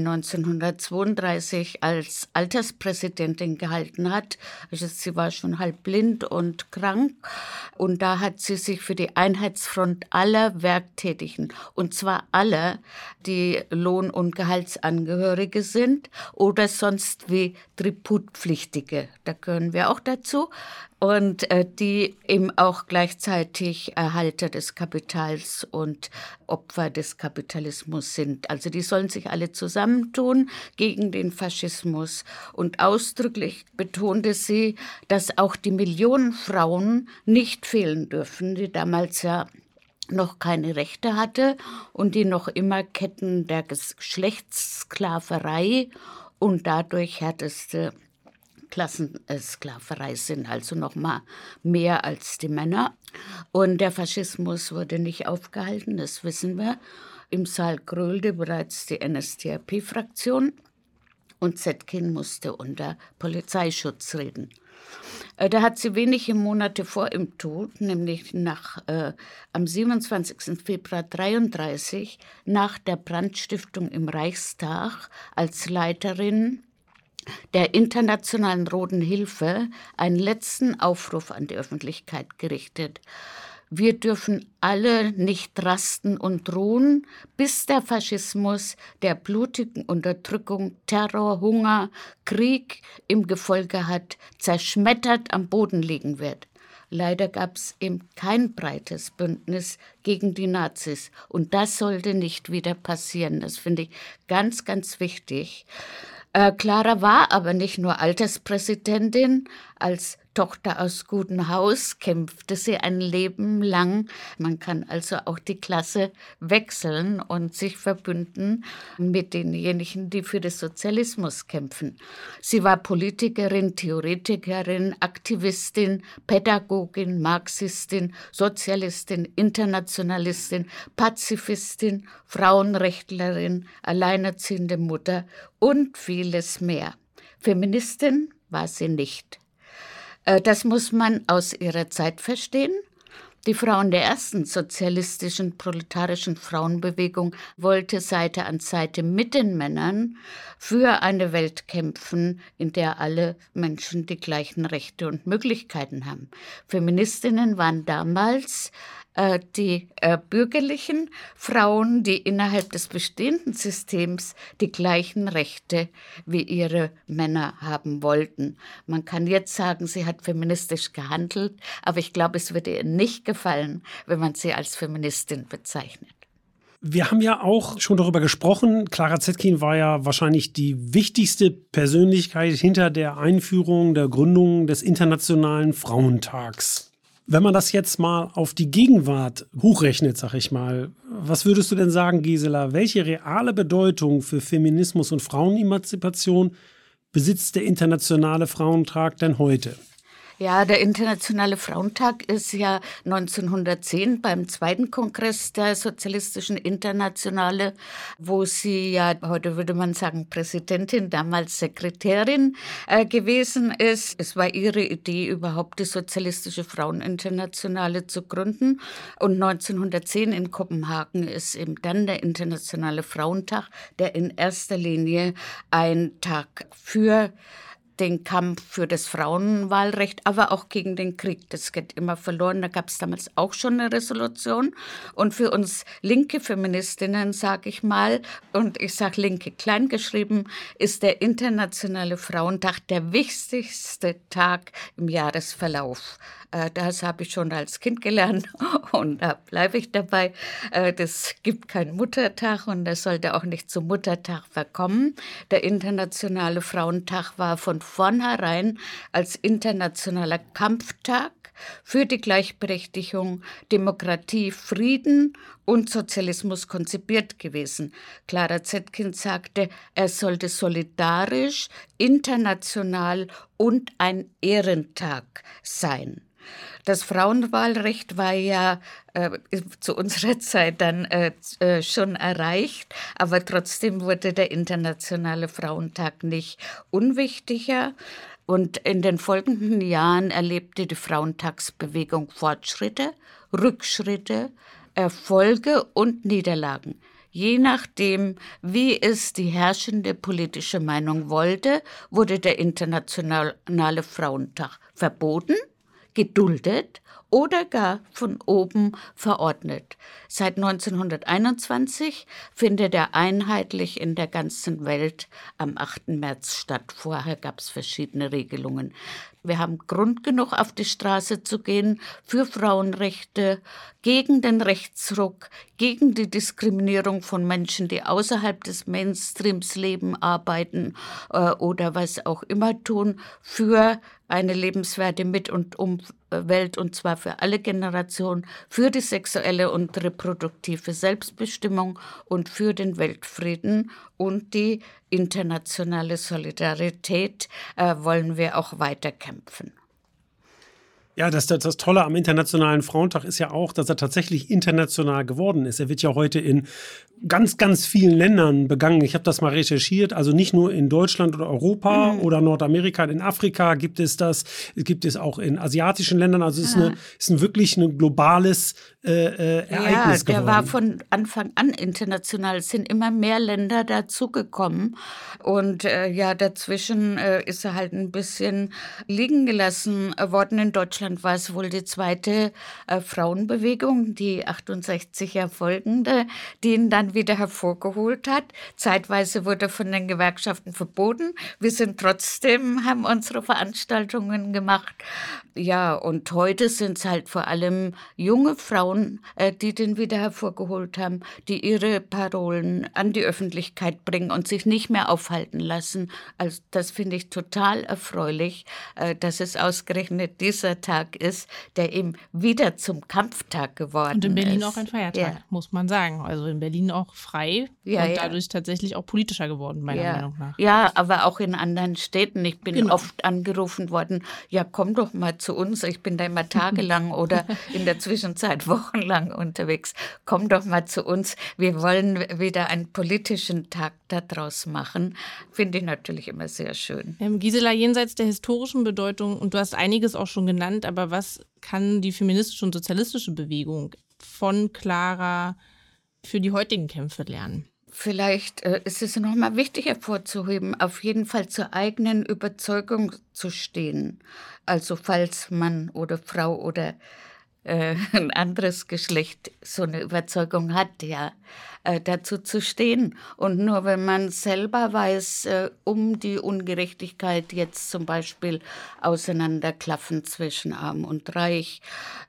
1932 als Alterspräsidentin gehalten hat, also sie war schon halb blind und krank, und da hat sie sich für die Einheitsfront aller Werktätigen, und zwar aller, die Lohn- und Gehaltsangehörige sind oder sonst wie Tributpflichtige, da gehören wir auch dazu, und die eben auch gleichzeitig Erhalter des Kapitals und Opfer des Kapitalismus sind. Also die sollen sich alle zusammentun gegen den Faschismus. Und ausdrücklich betonte sie, dass auch die Millionen Frauen nicht fehlen dürfen, die damals ja noch keine Rechte hatte und die noch immer Ketten der Geschlechtssklaverei und dadurch härteste Klassensklaverei sind, also noch mal mehr als die Männer. Und der Faschismus wurde nicht aufgehalten, das wissen wir. im Saal gröhlte bereits die NSDAP-Fraktion und Zetkin musste unter Polizeischutz reden. Da hat sie wenige Monate vor ihrem Tod, nämlich am 27. Februar 1933, nach der Brandstiftung im Reichstag als Leiterin der Internationalen Roten Hilfe einen letzten Aufruf an die Öffentlichkeit gerichtet. Wir dürfen alle nicht rasten und ruhen, bis der Faschismus der blutigen Unterdrückung, Terror, Hunger, Krieg im Gefolge hat, zerschmettert am Boden liegen wird. Leider gab es eben kein breites Bündnis gegen die Nazis. Und das sollte nicht wieder passieren. Das finde ich ganz, ganz wichtig. Clara war aber nicht nur Alterspräsidentin. Als Tochter aus gutem Haus kämpfte sie ein Leben lang. Man kann also auch die Klasse wechseln und sich verbünden mit denjenigen, die für den Sozialismus kämpfen. Sie war Politikerin, Theoretikerin, Aktivistin, Pädagogin, Marxistin, Sozialistin, Internationalistin, Pazifistin, Frauenrechtlerin, alleinerziehende Mutter und vieles mehr. Feministin war sie nicht. Das muss man aus ihrer Zeit verstehen. Die Frauen der ersten sozialistischen proletarischen Frauenbewegung wollten Seite an Seite mit den Männern für eine Welt kämpfen, in der alle Menschen die gleichen Rechte und Möglichkeiten haben. Feministinnen waren damals die bürgerlichen Frauen, die innerhalb des bestehenden Systems die gleichen Rechte wie ihre Männer haben wollten. Man kann jetzt sagen, sie hat feministisch gehandelt, aber ich glaube, es würde ihr nicht gefallen, wenn man sie als Feministin bezeichnet. Wir haben ja auch schon darüber gesprochen. Clara Zetkin war ja wahrscheinlich die wichtigste Persönlichkeit hinter der Einführung, der Gründung des Internationalen Frauentags. Wenn man das jetzt mal auf die Gegenwart hochrechnet, sag ich mal, was würdest du denn sagen, Gisela? Welche reale Bedeutung für Feminismus und Frauenemanzipation besitzt der Internationale Frauentag denn heute? Ja, der Internationale Frauentag ist ja 1910 beim zweiten Kongress der Sozialistischen Internationale, wo sie ja, heute würde man sagen Präsidentin, damals Sekretärin gewesen ist. Es war ihre Idee, überhaupt die Sozialistische Fraueninternationale zu gründen. Und 1910 in Kopenhagen ist eben dann der Internationale Frauentag, der in erster Linie ein Tag für den Kampf für das Frauenwahlrecht, aber auch gegen den Krieg. Das geht immer verloren. Da gab es damals auch schon eine Resolution. Und für uns linke Feministinnen, sage ich mal, und ich sage linke kleingeschrieben, ist der Internationale Frauentag der wichtigste Tag im Jahresverlauf. Das habe ich schon als Kind gelernt und da bleibe ich dabei. Das gibt keinen Muttertag und das sollte auch nicht zum Muttertag verkommen. Der Internationale Frauentag war von vornherein als internationaler Kampftag für die Gleichberechtigung, Demokratie, Frieden und Sozialismus konzipiert gewesen. Clara Zetkin sagte, er sollte solidarisch, international und ein Ehrentag sein. Das Frauenwahlrecht war ja zu unserer Zeit dann schon erreicht, aber trotzdem wurde der Internationale Frauentag nicht unwichtiger. Und in den folgenden Jahren erlebte die Frauentagsbewegung Fortschritte, Rückschritte, Erfolge und Niederlagen. Je nachdem, wie es die herrschende politische Meinung wollte, wurde der Internationale Frauentag verboten, geduldet oder gar von oben verordnet. Seit 1921 findet er einheitlich in der ganzen Welt am 8. März statt. Vorher gab es verschiedene Regelungen. Wir haben Grund genug, auf die Straße zu gehen für Frauenrechte, gegen den Rechtsruck, gegen die Diskriminierung von Menschen, die außerhalb des Mainstreams leben, arbeiten oder was auch immer tun, für eine lebenswerte Mit- und Umwelt, und zwar für alle Generationen, für die sexuelle und reproduktive Selbstbestimmung und für den Weltfrieden und die internationale Solidarität wollen wir auch weiter kämpfen. Ja, das Tolle am Internationalen Frauentag ist ja auch, dass er tatsächlich international geworden ist. Er wird ja heute in ganz, ganz vielen Ländern begangen. Ich habe das mal recherchiert. Also nicht nur in Deutschland oder Europa oder Nordamerika, in Afrika gibt es das. Es gibt es auch in asiatischen Ländern. Also es ist wirklich ein globales Ereignis geworden. Der war von Anfang an international. Es sind immer mehr Länder dazugekommen. Und dazwischen ist er halt ein bisschen liegen gelassen worden. In Deutschland war es wohl die zweite Frauenbewegung, die 68er folgende, die ihn dann wieder hervorgeholt hat. Zeitweise wurde von den Gewerkschaften verboten. Wir sind trotzdem, haben unsere Veranstaltungen gemacht. Ja, und heute sind es halt vor allem junge Frauen, die den wieder hervorgeholt haben, die ihre Parolen an die Öffentlichkeit bringen und sich nicht mehr aufhalten lassen. Also das finde ich total erfreulich, dass es ausgerechnet dieser Tag ist, der eben wieder zum Kampftag geworden ist. Und in Berlin auch ein Feiertag, muss man sagen. Also in Berlin auch frei und dadurch tatsächlich auch politischer geworden, meiner Meinung nach. Ja, aber auch in anderen Städten. Ich bin oft angerufen worden, ja, komm doch mal zu uns. Ich bin da immer tagelang oder in der Zwischenzeit wochenlang unterwegs. Komm doch mal zu uns. Wir wollen wieder einen politischen Tag daraus machen. Finde ich natürlich immer sehr schön. Gisela, jenseits der historischen Bedeutung, und du hast einiges auch schon genannt, aber was kann die feministische und sozialistische Bewegung von Clara für die heutigen Kämpfe lernen? Vielleicht ist es nochmal wichtig hervorzuheben, auf jeden Fall zur eigenen Überzeugung zu stehen. Also falls Mann oder Frau oder ein anderes Geschlecht so eine Überzeugung hat, dazu zu stehen. Und nur wenn man selber weiß, um die Ungerechtigkeit jetzt zum Beispiel auseinanderklaffen zwischen Arm und Reich,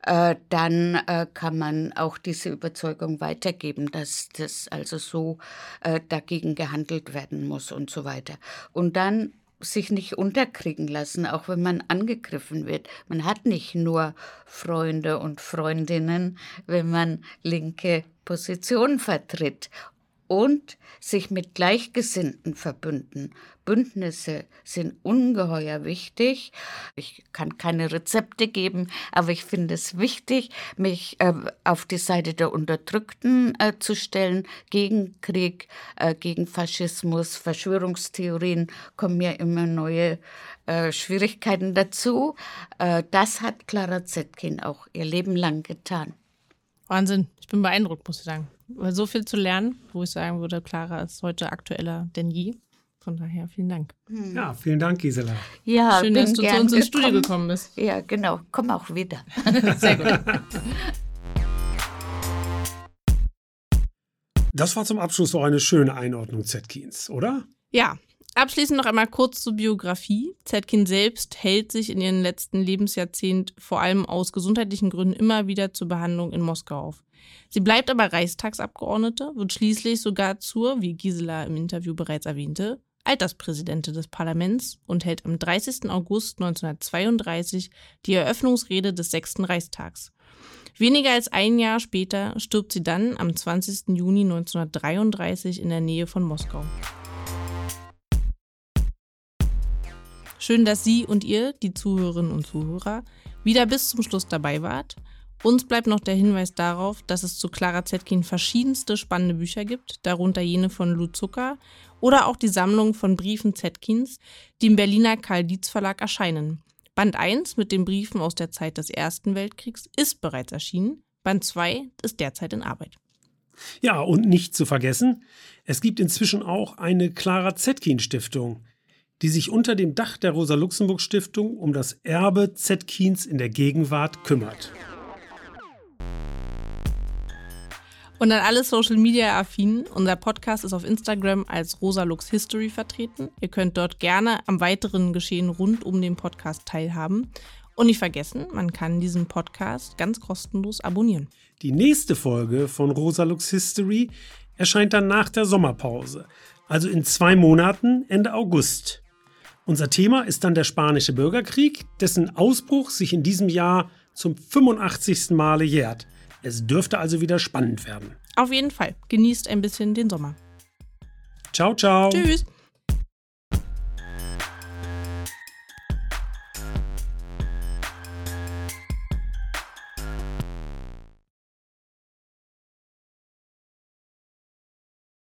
dann kann man auch diese Überzeugung weitergeben, dass das also so dagegen gehandelt werden muss und so weiter. Und dann sich nicht unterkriegen lassen, auch wenn man angegriffen wird. Man hat nicht nur Freunde und Freundinnen, wenn man linke Positionen vertritt. Und sich mit Gleichgesinnten verbünden. Bündnisse sind ungeheuer wichtig. Ich kann keine Rezepte geben, aber ich finde es wichtig, mich auf die Seite der Unterdrückten zu stellen, gegen Krieg, gegen Faschismus, Verschwörungstheorien, kommen ja immer neue Schwierigkeiten dazu. Das hat Clara Zetkin auch ihr Leben lang getan. Wahnsinn, ich bin beeindruckt, muss ich sagen. Weil so viel zu lernen, wo ich sagen würde, Clara ist heute aktueller denn je. Von daher vielen Dank. Ja, vielen Dank, Gisela. Ja, schön, dass du zu uns ins Studio gekommen bist. Ja, genau. Komm auch wieder. Sehr gut. Das war zum Abschluss so eine schöne Einordnung Zetkins, oder? Ja. Abschließend noch einmal kurz zur Biografie. Zetkin selbst hält sich in ihrem letzten Lebensjahrzehnt vor allem aus gesundheitlichen Gründen immer wieder zur Behandlung in Moskau auf. Sie bleibt aber Reichstagsabgeordnete, wird schließlich sogar zur, wie Gisela im Interview bereits erwähnte, Alterspräsidentin des Parlaments und hält am 30. August 1932 die Eröffnungsrede des 6. Reichstags. Weniger als ein Jahr später stirbt sie dann am 20. Juni 1933 in der Nähe von Moskau. Schön, dass Sie und ihr, die Zuhörerinnen und Zuhörer, wieder bis zum Schluss dabei wart. Uns bleibt noch der Hinweis darauf, dass es zu Clara Zetkin verschiedenste spannende Bücher gibt, darunter jene von Lou Zucker oder auch die Sammlung von Briefen Zetkins, die im Berliner Karl-Dietz-Verlag erscheinen. Band 1 mit den Briefen aus der Zeit des Ersten Weltkriegs ist bereits erschienen, Band 2 ist derzeit in Arbeit. Ja, und nicht zu vergessen, es gibt inzwischen auch eine Clara Zetkin-Stiftung, die sich unter dem Dach der Rosa-Luxemburg-Stiftung um das Erbe Zetkins in der Gegenwart kümmert. Und an alle Social-Media-Affinen, unser Podcast ist auf Instagram als Rosa-Lux History vertreten. Ihr könnt dort gerne am weiteren Geschehen rund um den Podcast teilhaben. Und nicht vergessen, man kann diesen Podcast ganz kostenlos abonnieren. Die nächste Folge von Rosa-Lux History erscheint dann nach der Sommerpause, also in 2 Monaten, Ende August. Unser Thema ist dann der Spanische Bürgerkrieg, dessen Ausbruch sich in diesem Jahr zum 85. Male jährt. Es dürfte also wieder spannend werden. Auf jeden Fall. Genießt ein bisschen den Sommer. Ciao, ciao. Tschüss.